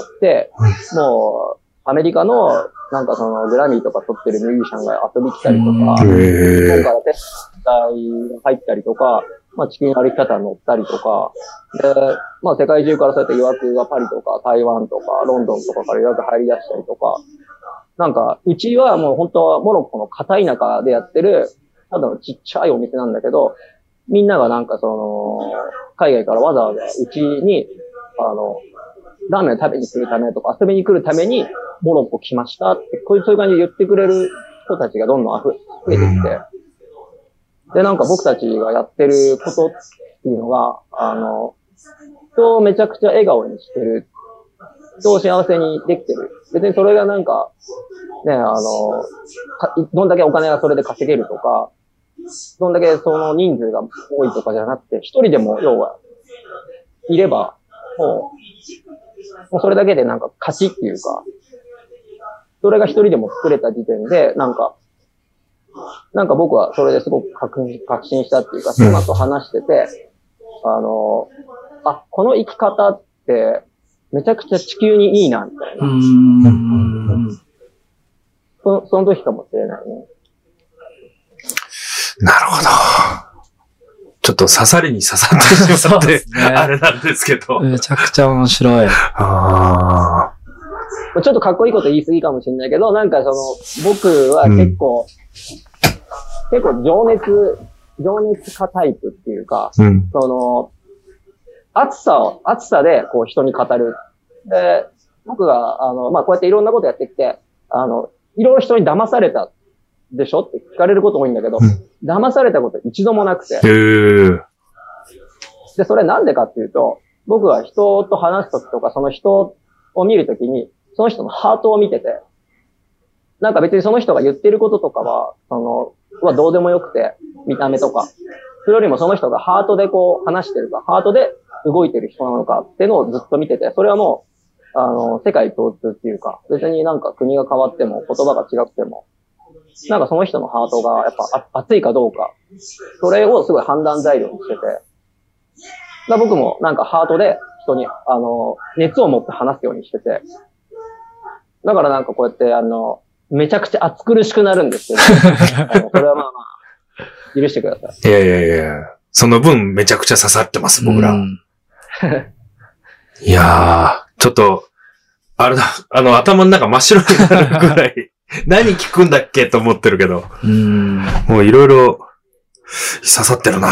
うん、もう、アメリカの、なんかその、グラミーとか撮ってるミュージシャンが遊び来たりとか、日本からテスト入ったりとか、 まあ地球の歩き方に乗ったりとか、で、まあ世界中からそうやって予約がパリとか台湾とかロンドンとかから予約入り出したりとか、なんか、うちはもう本当はモロッコの片田舎でやってる、ただのちっちゃいお店なんだけど、みんながなんかその、海外からわざわざうちに、あの、ラーメンを食べに来るためとか遊びに来るためにモロッコ来ましたって、こういうそういう感じで言ってくれる人たちがどんどん増えてきて、で、なんか僕たちがやってることっていうのが、あの、人をめちゃくちゃ笑顔にしてる。人を幸せにできてる。別にそれがなんか、ね、あの、どんだけお金がそれで稼げるとか、どんだけその人数が多いとかじゃなくて、一人でも要は、いれば、もう、もうそれだけでなんか勝ちっていうか、それが一人でも作れた時点で、なんか、なんか僕はそれですごく確信、確信したっていうか、妻と話してて、あの、あ、この生き方って、めちゃくちゃ地球にいいな、みたいな。うーんそ, その時かもしれないね。 なるほど。ちょっと刺さりに刺さってしまって、ね、あれなんですけど。 めちゃくちゃ面白い。 あちょっとかっこいいこと言い過ぎかもしれないけど、なんかその、僕は結構、うん、結構情熱、情熱家タイプっていうか、うん、その、熱さを、熱さでこう人に語る。で、僕が、あの、まあ、こうやっていろんなことやってきて、あの、いろいろ人に騙されたでしょって聞かれること多いんだけど、うん、騙されたこと一度もなくて。 へー。 で、それなんでかっていうと、僕は人と話すときとか、その人を見るときに、その人のハートを見てて、なんか別にその人が言ってることとかは、その、はどうでもよくて、見た目とか。それよりもその人がハートでこう話してるか、ハートで動いてる人なのかっていうのをずっと見てて、それはもう、あの、世界共通っていうか、別になんか国が変わっても言葉が違くても、なんかその人のハートがやっぱ熱いかどうか、それをすごい判断材料にしてて、だ僕もなんかハートで人に、あの、熱を持って話すようにしてて、だからなんかこうやってあの、めちゃくちゃ暑苦しくなるんですけど、あのそれはまあまあ、許してください。 いやいやいや、その分めちゃくちゃ刺さってます、僕ら。いやー、ちょっと、あれだ、あの頭の中真っ白になるぐらい、何聞くんだっけと思ってるけど、うーんもういろいろ刺さってるな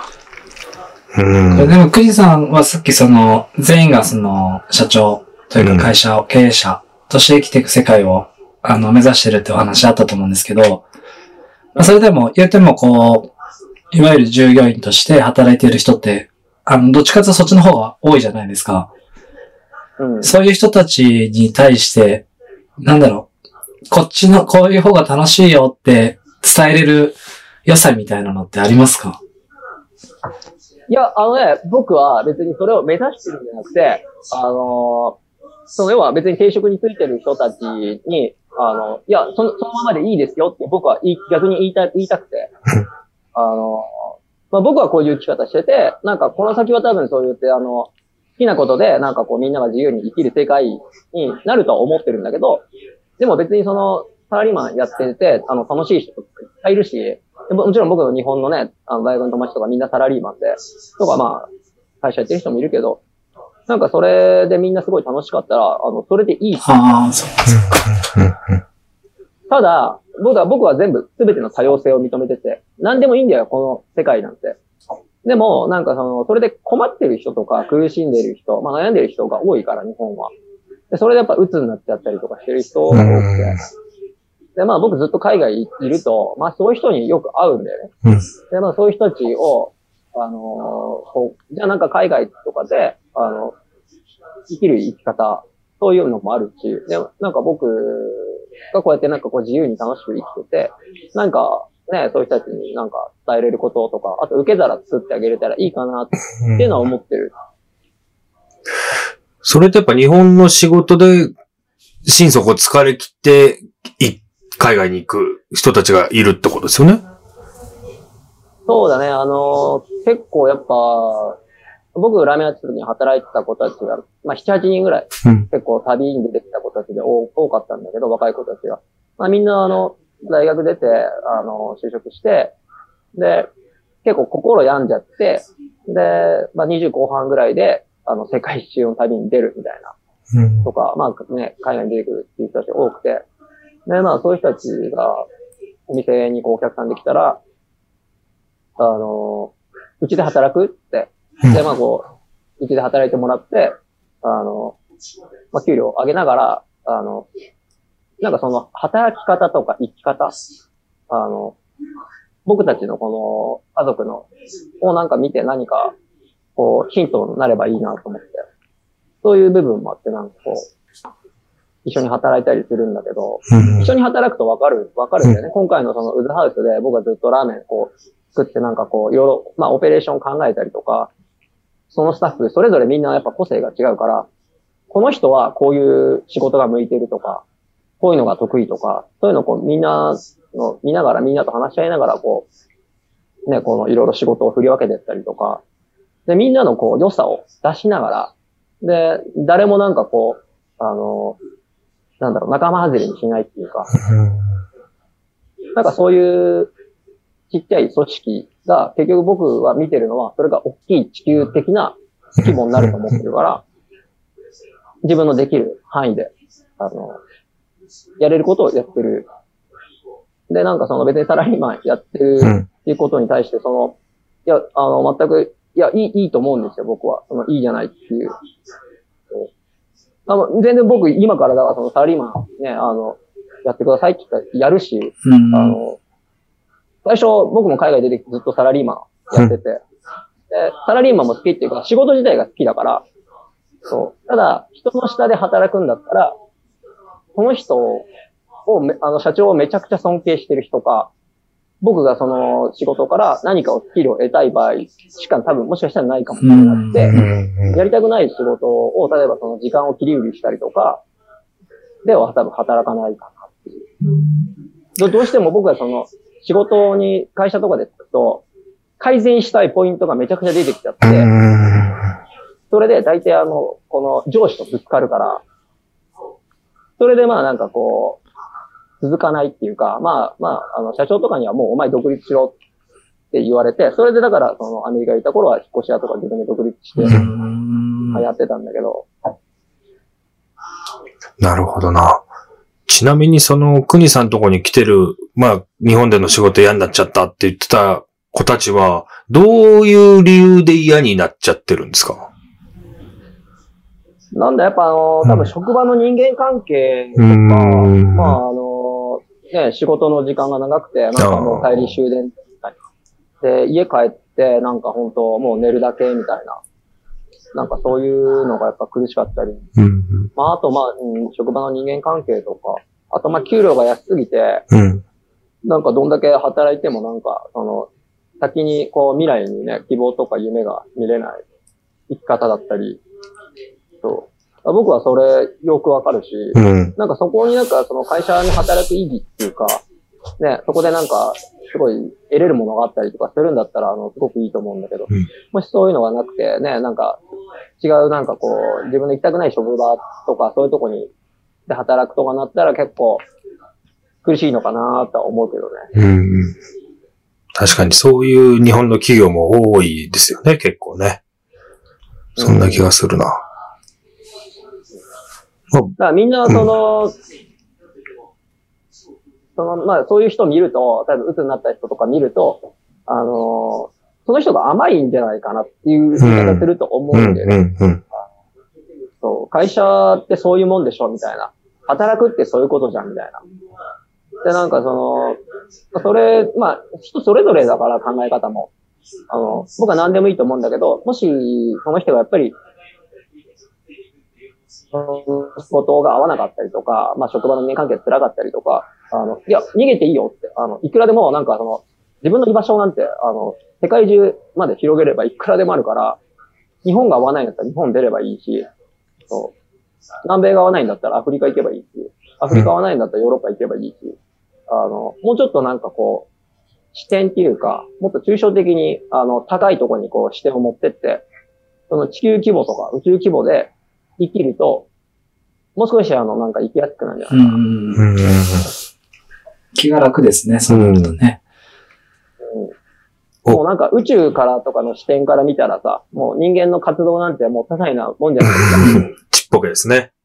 うん。でも、クリさんはさっきその、全員がその、社長というか会社を、うん、経営者として生きていく世界を、あの、目指してるってお話あったと思うんですけど、まあ、それでも、言ってもこう、いわゆる従業員として働いている人って、あの、どっちかというとそっちの方が多いじゃないですか。うん、そういう人たちに対して、なんだろう、こっちの、こういう方が楽しいよって伝えれる良さみたいなのってありますか？ いや、あのね、僕は別にそれを目指してるんじゃなくて、あのー、その要は別に定職についてる人たちに、あの、いや、その、そのままでいいですよって僕は言い逆に言いたい、言いたくて、あの、まあ、僕はこういう生き方してて、なんかこの先は多分そう言って、あの、好きなことで、なんかこうみんなが自由に生きる世界になるとは思ってるんだけど、でも別にその、サラリーマンやってて、あの、楽しい人とかいっぱいいるし、もちろん僕の日本のね、あの、大学の友達とかみんなサラリーマンで、とかまあ、会社やってる人もいるけど、なんかそれでみんなすごい楽しかったら、あの、それでいいし。 ああ、そっかそっか。 ただ、僕は、僕は全部、すべての多様性を認めてて、何でもいいんだよ、この世界なんて。でも、なんかその、それで困ってる人とか苦しんでる人、まあ悩んでる人が多いから、日本は。で、それでやっぱ鬱になっちゃったりとかしてる人が多くて。で、まあ僕ずっと海外いると、まあそういう人によく会うんだよね。で、まあそういう人たちを、あのー、こう、じゃあなんか海外とかで、あの、生きる生き方、そういうのもあるし、で、なんか僕がこうやってなんかこう自由に楽しく生きてて、なんかね、そういう人たちになんか伝えれることとか、あと受け皿作ってあげれたらいいかなっていうのは思ってる。 それってやっぱ日本の仕事で心底疲れ切って海外に行く人たちがいるってことですよね。 そうだね、あのー、結構やっぱ、僕、ラーメン屋って時に働いてた子たちが、まあ、七、八人ぐらい、うん、結構旅に出てきた子たちで多多かったんだけど、若い子たちが。まあ、みんな、あの、大学出て、あの、就職して、で、 結構心病んじゃって、で、まあにじゅう後半ぐらいで、あの、世界一周の旅に出るみたいな、うん、とか、まあね、海外に出てくるっていう人たちが多くて、で、まあそういう人たちが、お店にこうお客さんで来たら、あの、うちで働くって、で、まあこう、うちで働いてもらって、あの、まあ給料を上げながら、あの、なんかその、働き方とか生き方、あの、僕たちのこの家族の、をなんか見て何か、こう、ヒントになればいいなと思って。そういう部分もあって、なんかこう、一緒に働いたりするんだけど、うん、一緒に働くとわかる、わかるんだよね。うん、今回のそのウズハウスで僕はずっとラーメンこう、作ってなんかこう、いろいろ、まあオペレーション考えたりとか、そのスタッフ、それぞれみんなやっぱ個性が違うから、この人はこういう仕事が向いてるとか、こういうのが得意とか、そういうのをこうみんなの、見ながらみんなと話し合いながらこう、ね、このいろいろ仕事を振り分けていったりとか、で、みんなのこう良さを出しながら、で、誰もなんかこう、あの、なんだろう、仲間外れにしないっていうか、なんかそういうちっちゃい組織が結局僕は見てるのは、それが大きい地球的な規模になると思ってるから、自分のできる範囲で、あの、やれることをやってる。で、なんかその別にサラリーマンやってるっていうことに対して、その、いや、あの、全く、いや、いい、いいと思うんですよ、僕は。その、いいじゃないっていう。あの、全然僕、今からだからそのサラリーマンね、あの、やってくださいって言ったらやるし、うん、あの、最初僕も海外出てきてずっとサラリーマンやってて、で、サラリーマンも好きっていうか仕事自体が好きだから、そう。ただ、人の下で働くんだったら、この人を、あの、社長をめちゃくちゃ尊敬してる人か、僕がその仕事から何かをスキルを得たい場合しか多分もしかしたらないかもしれなくて、やりたくない仕事を、例えばその時間を切り売りしたりとか、では多分働かないかなっていう。どうしても僕はその仕事に会社とかでつくと、改善したいポイントがめちゃくちゃ出てきちゃって、それで大体あの、この上司とぶつかるから、それでまあなんかこう、続かないっていうか、まあまあ、あの、社長とかにはもうお前独立しろって言われて、それでだからそのアメリカにいた頃は引っ越し屋とか自分で独立して、やってたんだけど。 なるほどな。ちなみにその国さんとこに来てる、まあ日本での仕事嫌になっちゃったって言ってた子たちは、どういう理由で嫌になっちゃってるんですか？ なんだ、やっぱあの、多分職場の人間関係とか、うん、まああの、ね、仕事の時間が長くて、なんかもう帰り終電で、家帰ってなんか本当もう寝るだけみたいな、なんかそういうのがやっぱ苦しかったり、うん、まああとまあ、うん、職場の人間関係とか、あとまあ給料が安すぎて、うん、なんかどんだけ働いてもなんか、その、先にこう未来にね、希望とか夢が見れない生き方だったり、そう僕はそれよくわかるし、うん、なんかそこになんかその会社に働く意義っていうか、ね、そこでなんかすごい得れるものがあったりとかするんだったら、あの、すごくいいと思うんだけど、うん、もしそういうのがなくてね、なんか違うなんかこう、自分の行きたくない職場とかそういうとこにで働くとかなったら結構苦しいのかなとは思うけどね。うん、 確かにそういう日本の企業も多いですよね、結構ね。そんな気がするな。 だからみんな、その、うん、その、まあ、そういう人を見ると、例えば、鬱になった人とか見ると、あの、その人が甘いんじゃないかなっていう言い方すると思うんで、ね、うんうん、そう、会社ってそういうもんでしょみたいな。働くってそういうことじゃんみたいな。で、なんかその、それ、まあ、人それぞれだから考え方も。あの、僕は何でもいいと思うんだけど、もし、その人がやっぱり、仕事が合わなかったりとか、まあ職場の人間関係辛かったりとか、あの、いや、逃げていいよって、あの、いくらでもなんかその、自分の居場所なんて、あの、世界中まで広げればいくらでもあるから、日本が合わないんだったら日本出ればいいし、そう。南米が合わないんだったらアフリカ行けばいいし、アフリカ合わないんだったらヨーロッパ行けばいいし、あの、もうちょっとなんかこう、視点っていうか、もっと抽象的に、あの、高いところにこう視点を持ってって、その地球規模とか宇宙規模で生きると、もう少しあの、なんか生きやすくなるんじゃないかな。うん気が楽ですね、そうなるとね。 うん、 もうなんか宇宙からとかの視点から見たらさ、もう人間の活動なんてもう多彩なもんじゃないですか。 ちっぽけですね。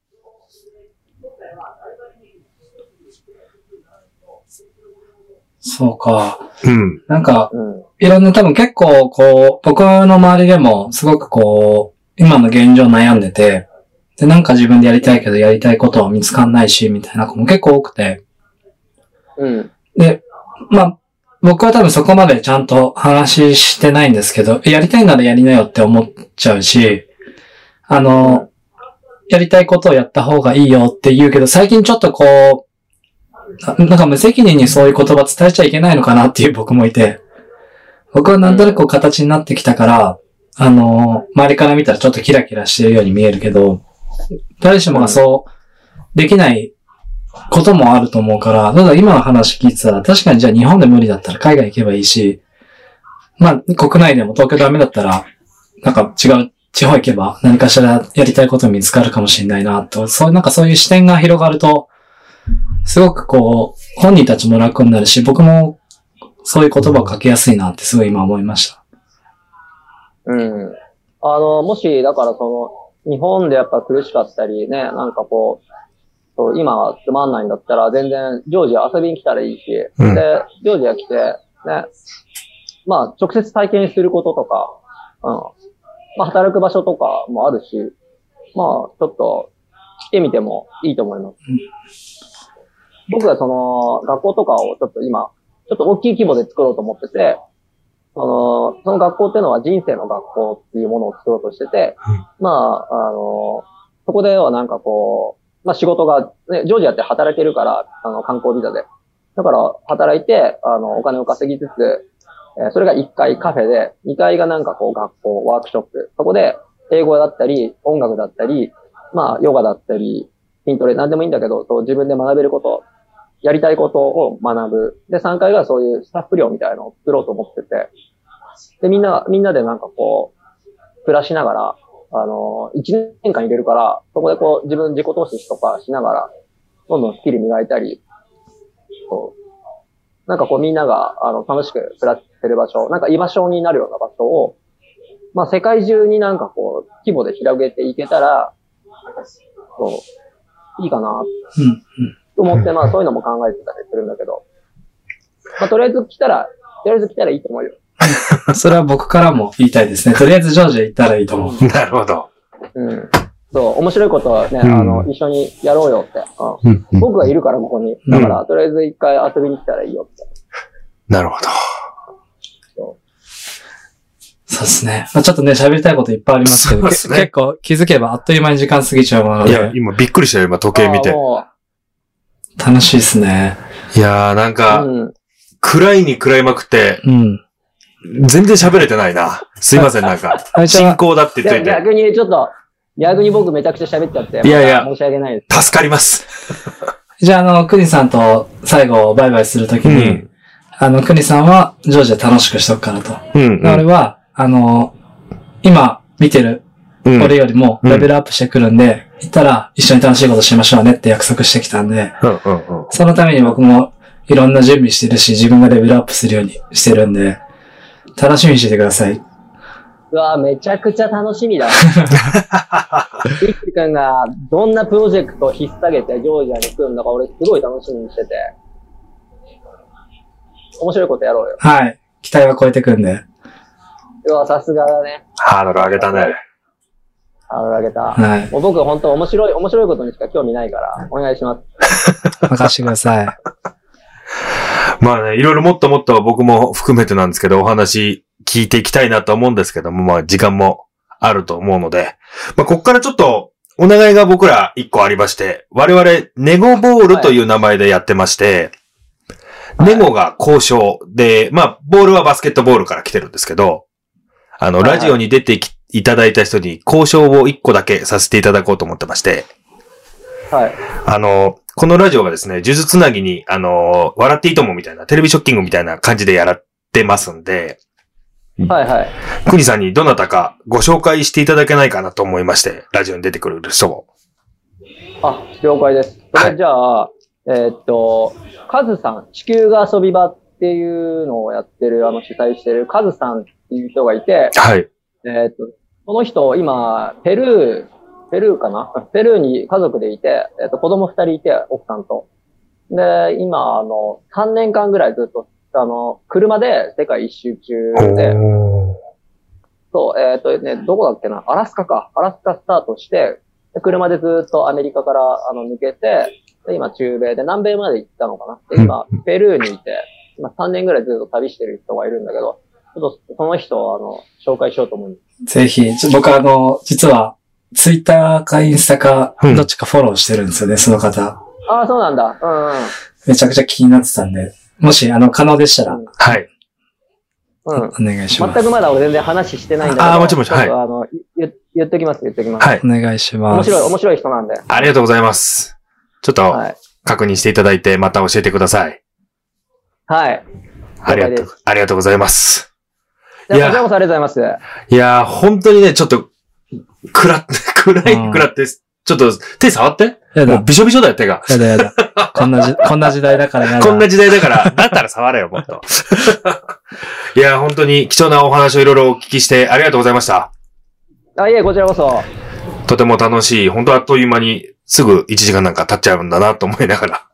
そうか。 うん。 なんか、うん、いろんな多分結構こう、僕の周りでもすごくこう、今の現状悩んでて、で、なんか自分でやりたいけどやりたいことは見つかんないし、みたいな子も結構多くて。 うん。 で、まあ、僕は多分そこまでちゃんと話してないんですけど、やりたいならやりなよって思っちゃうし、あの、やりたいことをやった方がいいよって言うけど、最近ちょっとこう、なんか無責任にそういう言葉伝えちゃいけないのかなっていう僕もいて、僕はなんとなくこう形になってきたから、あの、周りから見たらちょっとキラキラしてるように見えるけど、誰しもがそうできないこともあると思うから、ただ今の話聞いてたら確かにじゃあ日本で無理だったら海外行けばいいし、まあ国内でも東京ダメだったら、なんか違う地方行けば何かしらやりたいこと見つかるかもしれないなと、そうなんかそういう視点が広がると、すごくこう、本人たちも楽になるし、僕もそういう言葉をかけやすいなってすごい今思いました。 うん。あの、もし、だからその、日本でやっぱ苦しかったりね、なんかこう、そう今はつまんないんだったら全然ジョージア遊びに来たらいいし、うん、で、ジョージア来て、ね、まあ直接体験することとか、うん。まあ働く場所とかもあるし、まあちょっと来てみてもいいと思います。うん、僕はその学校とかをちょっと今、ちょっと大きい規模で作ろうと思ってて、その、その学校っていうのは人生の学校っていうものを作ろうとしてて、うん、まあ、あの、そこではなんかこう、まあ仕事が、ね、ジョージアって働けるから、あの、観光ビザで。だから、働いて、あの、お金を稼ぎつつ、えー、それがいっかいカフェで、にかいがなんかこう学校、ワークショップ。そこで、英語だったり、音楽だったり、まあ、ヨガだったり、筋トレ、なんでもいいんだけど、そう自分で学べること、やりたいことを学ぶ。で、さんかいがそういうスタッフ寮みたいなのを作ろうと思ってて、で、みんな、みんなでなんかこう、暮らしながら、あの、いちねんかん入れるから、そこでこう、自分自己投資とかしながら、どんどんスキル磨いたり、そう。なんかこうみんなが、あの、楽しく暮らせる場所、なんか居場所になるような場所を、まあ世界中になんかこう、規模で広げていけたら、そう、いいかな、 うんうん、 と思って、まあそういうのも考えてたりするんだけど、まあとりあえず来たら、とりあえず来たらいいと思うよ。 それは僕からも言いたいですね。とりあえずジョージア行ったらいいと思う。 なるほど。 うん。そう、面白いことはね、うん、あの、一緒にやろうよって。うんうん、僕がいるからここに。だから、うん、とりあえず一回遊びに来たらいいよって。 なるほど。 そうそうですね。まあ、ちょっとね、喋りたいこといっぱいありますけど、ね、結構気づけばあっという間に時間過ぎちゃうもので。 いや、今びっくりしたよ、今時計見て。 楽しいですね。 いやー、なんか、うん、暗いに暗いまくって、 うん、 全然喋れてないな。すいません、なんか。進行だって言っといて。 逆にちょっと、逆に僕めちゃくちゃ喋っちゃって。 いやいや。 申し訳ないです。 助かります。 じゃあ、あの、クニさんと最後バイバイするときに、うん、あの、クニさんはジョージア楽しくしとくからと。 うんうん、 俺は、あの、今見てる俺よりもレベルアップしてくるんで、うん、行ったら一緒に楽しいことしましょうねって約束してきたんで、 うんうんうん、 そのために僕もいろんな準備してるし、自分がレベルアップするようにしてるんで、楽しみにしててください。 うわぁ、めちゃくちゃ楽しみだ。リッキー君がどんなプロジェクトを引っ提げてジョージアに来るのか俺すごい楽しみにしてて。面白いことやろうよ。 はい。期待は超えてくんで。 うわ、さすがだね。 ハードル上げたね。 ハードル上げた。 はい。 もう僕本当面白い、面白いことにしか興味ないから、お願いします。 任せてください。 まあね、いろいろもっともっと僕も含めてなんですけど、お話聞いていきたいなと思うんですけども、まあ時間もあると思うので、まあこっからちょっとお願いが僕ら一個ありまして、我々ネゴボールという名前でやってまして、はい、ネゴが交渉で、まあボールはバスケットボールから来てるんですけど、あの、はいはい、ラジオに出てきいただいた人に交渉を一個だけさせていただこうと思ってまして、 はい。 あの、このラジオがですね、呪術つなぎに、あの、笑っていいともみたいな、テレビショッキングみたいな感じでやらってますんで、 はいはい。 クニさんにどなたかご紹介していただけないかなと思いまして、ラジオに出てくる人を。 あ、了解です。それじゃあ、はい、えー、っと、カズさん、地球が遊び場ってっていうのをやってる、あの、主催してるカズさんっていう人がいて、 はい。 えっと、その人、今、ペルー、ペルーかなペルーに家族でいて、えっと、子供二人いて、奥さんと。で、今、あの、さんねんかんぐらいずっと、あの、車で世界一周中で、そう、えっとね、どこだっけなアラスカか。アラスカスタートして、車でずっとアメリカから、あの、抜けて、で、今、中米で、南米まで行ったのかなで、今、ペルーにいて、今さんねんぐらいずっと旅してる人がいるんだけど、ちょっと、その人を、あの、紹介しようと思うんです。 ぜひ、僕あの、実は、ツイッターかインスタか、どっちかフォローしてるんですよね、うん、その方。 ああ、そうなんだ。うんうん。 めちゃくちゃ気になってたんで、もし、あの、可能でしたら。うん、 はい。 うん。 お願いします。 全くまだ俺全然話してないんだけど。 ああ、もちろんもちろん。はい。 あの、言、言っときます、言っときます。 はい。お願いします。 面白い、面白い人なんで。 ありがとうございます。ちょっと、はい、確認していただいて、また教えてください。 はい。 ありがとう、ありがとうございます。 いや、こちらこそありがとうございます。 いや、本当にね、ちょっと、暗って、暗い、暗って、ちょっと、手触ってやだ。もうびしょびしょだよ、手が。 やだやだ。こんなじ、こんな時代だからやだ。 こんな時代だから、だったら触れよ、もっと。いや、本当に貴重なお話をいろいろお聞きしてありがとうございました。 あ、いえ、こちらこそ。 とても楽しい、本当あっという間にすぐいちじかんなんか経っちゃうんだなと思いながら。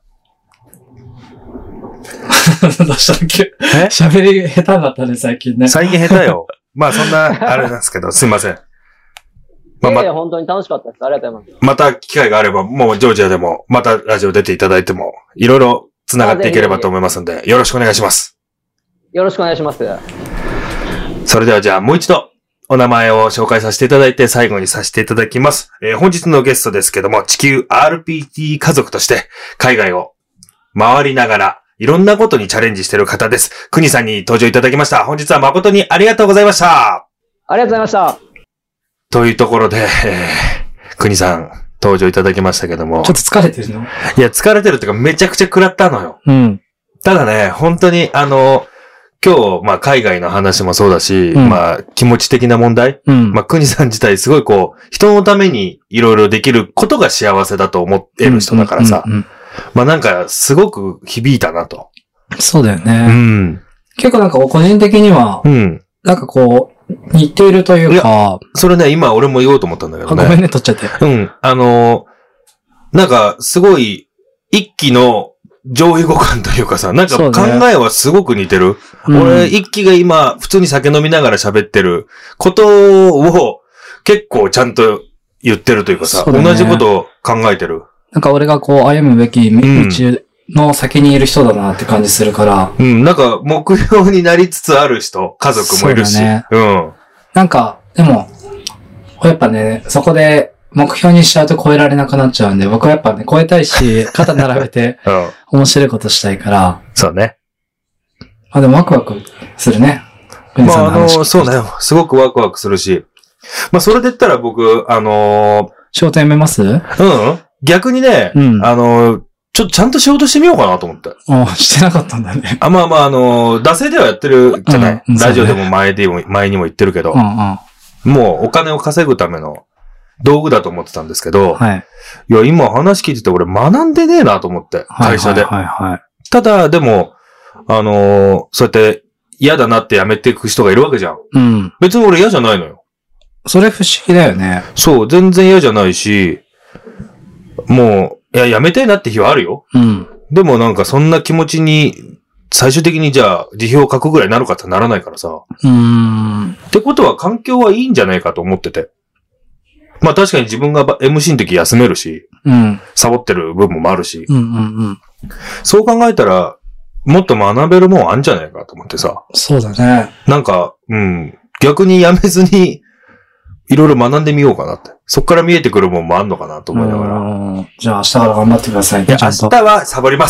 どうしたっけえ喋り下手だったね、最近ね。 最近下手よ。まあそんな、あれなんですけど、すいません。 まあ、ま、いやいや本当に楽しかったです。ありがとうございます。 また機会があれば、もうジョージアでも、またラジオ出ていただいても、いろいろ繋がっていければと思いますので、よろしくお願いします。 よろしくお願いします。 それではじゃあもう一度、お名前を紹介させていただいて、最後にさせていただきます。えー、本日のゲストですけども、地球 アールピーティー 家族として、海外を回りながら、いろんなことにチャレンジしている方です。国さんに登場いただきました。本日は誠にありがとうございました。 ありがとうございました。 というところで、えー、国さん登場いただきましたけども。 ちょっと疲れてるの？ いや、疲れてるっていうかめちゃくちゃ食らったのよ。 うん。 ただね、本当にあの、今日、まあ海外の話もそうだし、うん、まあ気持ち的な問題、うん、まあ国さん自体すごいこう、人のためにいろいろできることが幸せだと思ってる人だからさ、うんうんうんうん、まあなんかすごく響いたなと。 そうだよね。 うん。 結構なんか個人的には、うん。なんかこう、似ているというか。 それね、今俺も言おうと思ったんだけどね。 ごめんね、取っちゃって。 うん。あのー、なんかすごい、一期の上位互換というかさ、なんか考えはすごく似てる。ね、俺、一期が今、普通に酒飲みながら喋ってることを結構ちゃんと言ってるというかさ、ね、同じことを考えてる。 なんか俺がこう歩むべき道の先にいる人だなって感じするから。 うん、うん、なんか目標になりつつある人、家族もいるし。そうだね。うん。 なんか、でも、やっぱね、そこで目標にしちゃうと超えられなくなっちゃうんで、僕はやっぱね、超えたいし、肩並べて、面白いことしたいから。 そうね。 あ、でもワクワクするね。 まあ、あの、そうね。すごくワクワクするし。まあ、それで言ったら僕、あのー、 仕事辞めます？うん。 逆にね、うん、あのー、ちょっとちゃんと仕事してみようかなと思って。 ああ、してなかったんだね。 あ、まあまあ、あのー、惰性ではやってるじゃない、うん、ラジオでも前でも、前にも言ってるけど、うんうん、もうお金を稼ぐための道具だと思ってたんですけど、はい。いや、今話聞いてて俺学んでねえなと思って、会社で。はいはいはい、はい。ただ、でも、あのー、そうやって嫌だなって辞めていく人がいるわけじゃん。うん。別に俺嫌じゃないのよ。 それ不思議だよね。 そう、全然嫌じゃないし、もう、いや、辞めたいなって日はあるよ。うん。でもなんかそんな気持ちに、最終的にじゃあ、辞表を書くぐらいになるかってならないからさ。うーん。ってことは環境はいいんじゃないかと思ってて。まあ確かに自分が エムシー の時休めるし、うん。サボってる部分もあるし。うんうんうん。そう考えたら、もっと学べるもんあんじゃないかと思ってさ。 そうだね。 なんか、うん。逆に辞めずに、いろいろ学んでみようかなって。そっから見えてくるもんもあんのかなと思いながら。 じゃあ明日から頑張ってくださいね。 いや、明日はサボります。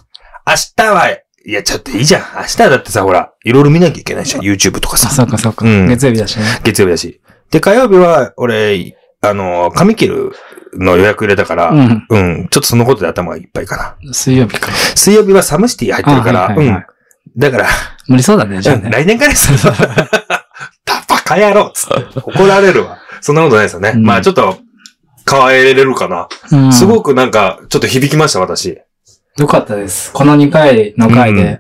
明日は、いや、ちょっといいじゃん。明日だってさ、ほら、いろいろ見なきゃいけないじゃん。YouTube とかさ。 あ、そうかそうか。うん。月曜日だしね。 月曜日だし。で、火曜日は、俺、あの、髪切るの予約入れたから、うん。うん。ちょっとそのことで頭がいっぱいかな。 水曜日か。 水曜日はサムシティ入ってるから、はいはいはいはい、うん。だから。 無理そうだね、じゃあね。 来年からですよ。バカ野郎つって。怒られるわ。そんなことないですよね。うん、まあちょっと、変えれるかな、うん。すごくなんか、ちょっと響きました、私。 よかったです。このにかいの回で、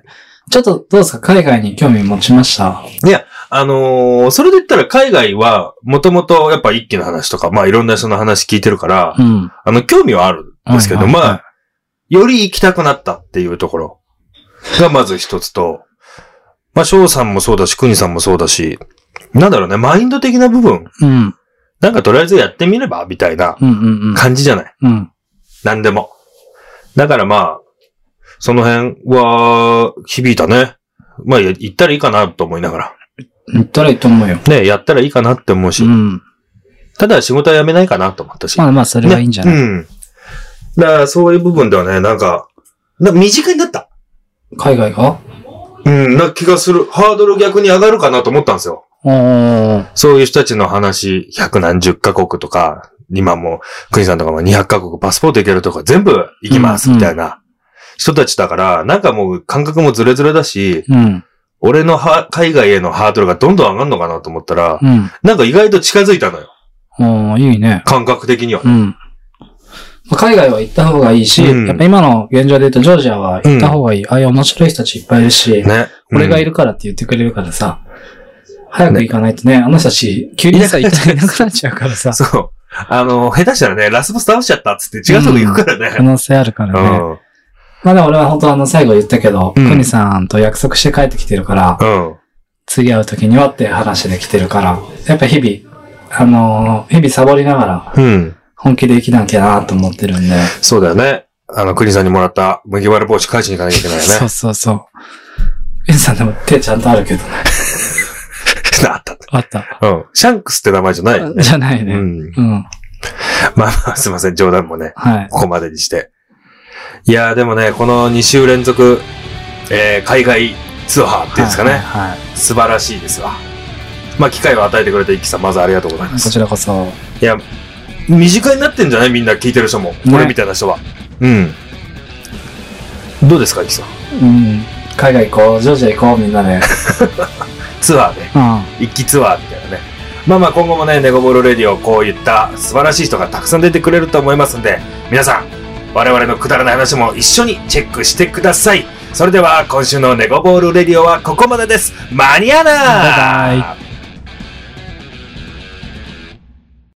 ちょっとどうですか海外に興味持ちました？ いや、あのー、それで言ったら海外は、もともとやっぱ一揆の話とか、まあいろんな人の話聞いてるから、うん、あの、興味はあるんですけど、はいはいはい、まあ、より行きたくなったっていうところがまず一つと、まあ、翔さんもそうだし、国さんもそうだし、なんだろうね、マインド的な部分。うん、なんかとりあえずやってみればみたいな感じじゃない、うんうんうん、なんでも。だからまあ、その辺は響いたね。まあ、行ったらいいかなと思いながら。 行ったらいいと思うよ。 ね、やったらいいかなって思うし。うん、ただ仕事は辞めないかなと思ったし。 まあまあ、それはいいんじゃない、ね、うん。 だからそういう部分ではね、なんか、なんか身近になった。 海外がうん、な気がする。ハードル逆に上がるかなと思ったんですよ。そういう人たちの話、百何十カ国とか、今も、国さんとかもにひゃくカ国パスポート行けるとか全部行きます、みたいな人たちだから、なんかもう感覚もズレズレだし、うん、俺のは海外へのハードルがどんどん上がるのかなと思ったら、うん、なんか意外と近づいたのよ。 ああ、いいね。 感覚的には。 うん。海外は行った方がいいし、うん、やっぱ今の現状で言うとジョージアは行った方がいい。うん、ああいう面白い人たちいっぱいいるし、ね。うん、俺がいるからって言ってくれるからさ、早く行かないとね、あの人たち、急になんか行ったらいなくなっちゃうからさ。 そう。あの、下手したらね、ラスボス倒しちゃったっつって違うとこ行くからね。うん、 可能性あるからね。うん、まあでも俺は本当あの最後言ったけど、うん、クニさんと約束して帰ってきてるから、うん、次会う時にはって話で来てるから、やっぱ日々、あのー、日々サボりながら、うん本気で生きなきゃなと思ってるんで。 そうだよね。あの、クニさんにもらった麦わら帽子返しに行かなきゃいけないよね。 そうそうそう。クニさんでも手ちゃんとあるけどね。 あった。 あった。 うん。シャンクスって名前じゃないよね。 じゃないね。うん。うん、 まあまあ、すいません。冗談もね。はい。ここまでにして。いやーでもね、このに週連続、えー、海外ツアーっていうんですかね。はい、はいはい。素晴らしいですわ。まあ、機会を与えてくれた一輝さん、まずありがとうございます。 こちらこそ。 いや、身近になってんじゃないみんな聞いてる人も。ね、俺みたいな人は。うん。どうですか、イキさん。 うん。海外行こう。ジョージア行こう、みんなで。 ツアーで。うん。一気ツアーみたいなね。まあまあ今後もね、ネゴボールレディオこういった素晴らしい人がたくさん出てくれると思いますんで、皆さん、我々のくだらない話も一緒にチェックしてください。それでは今週のネゴボールレディオはここまでです。マニアナー。バイバイ。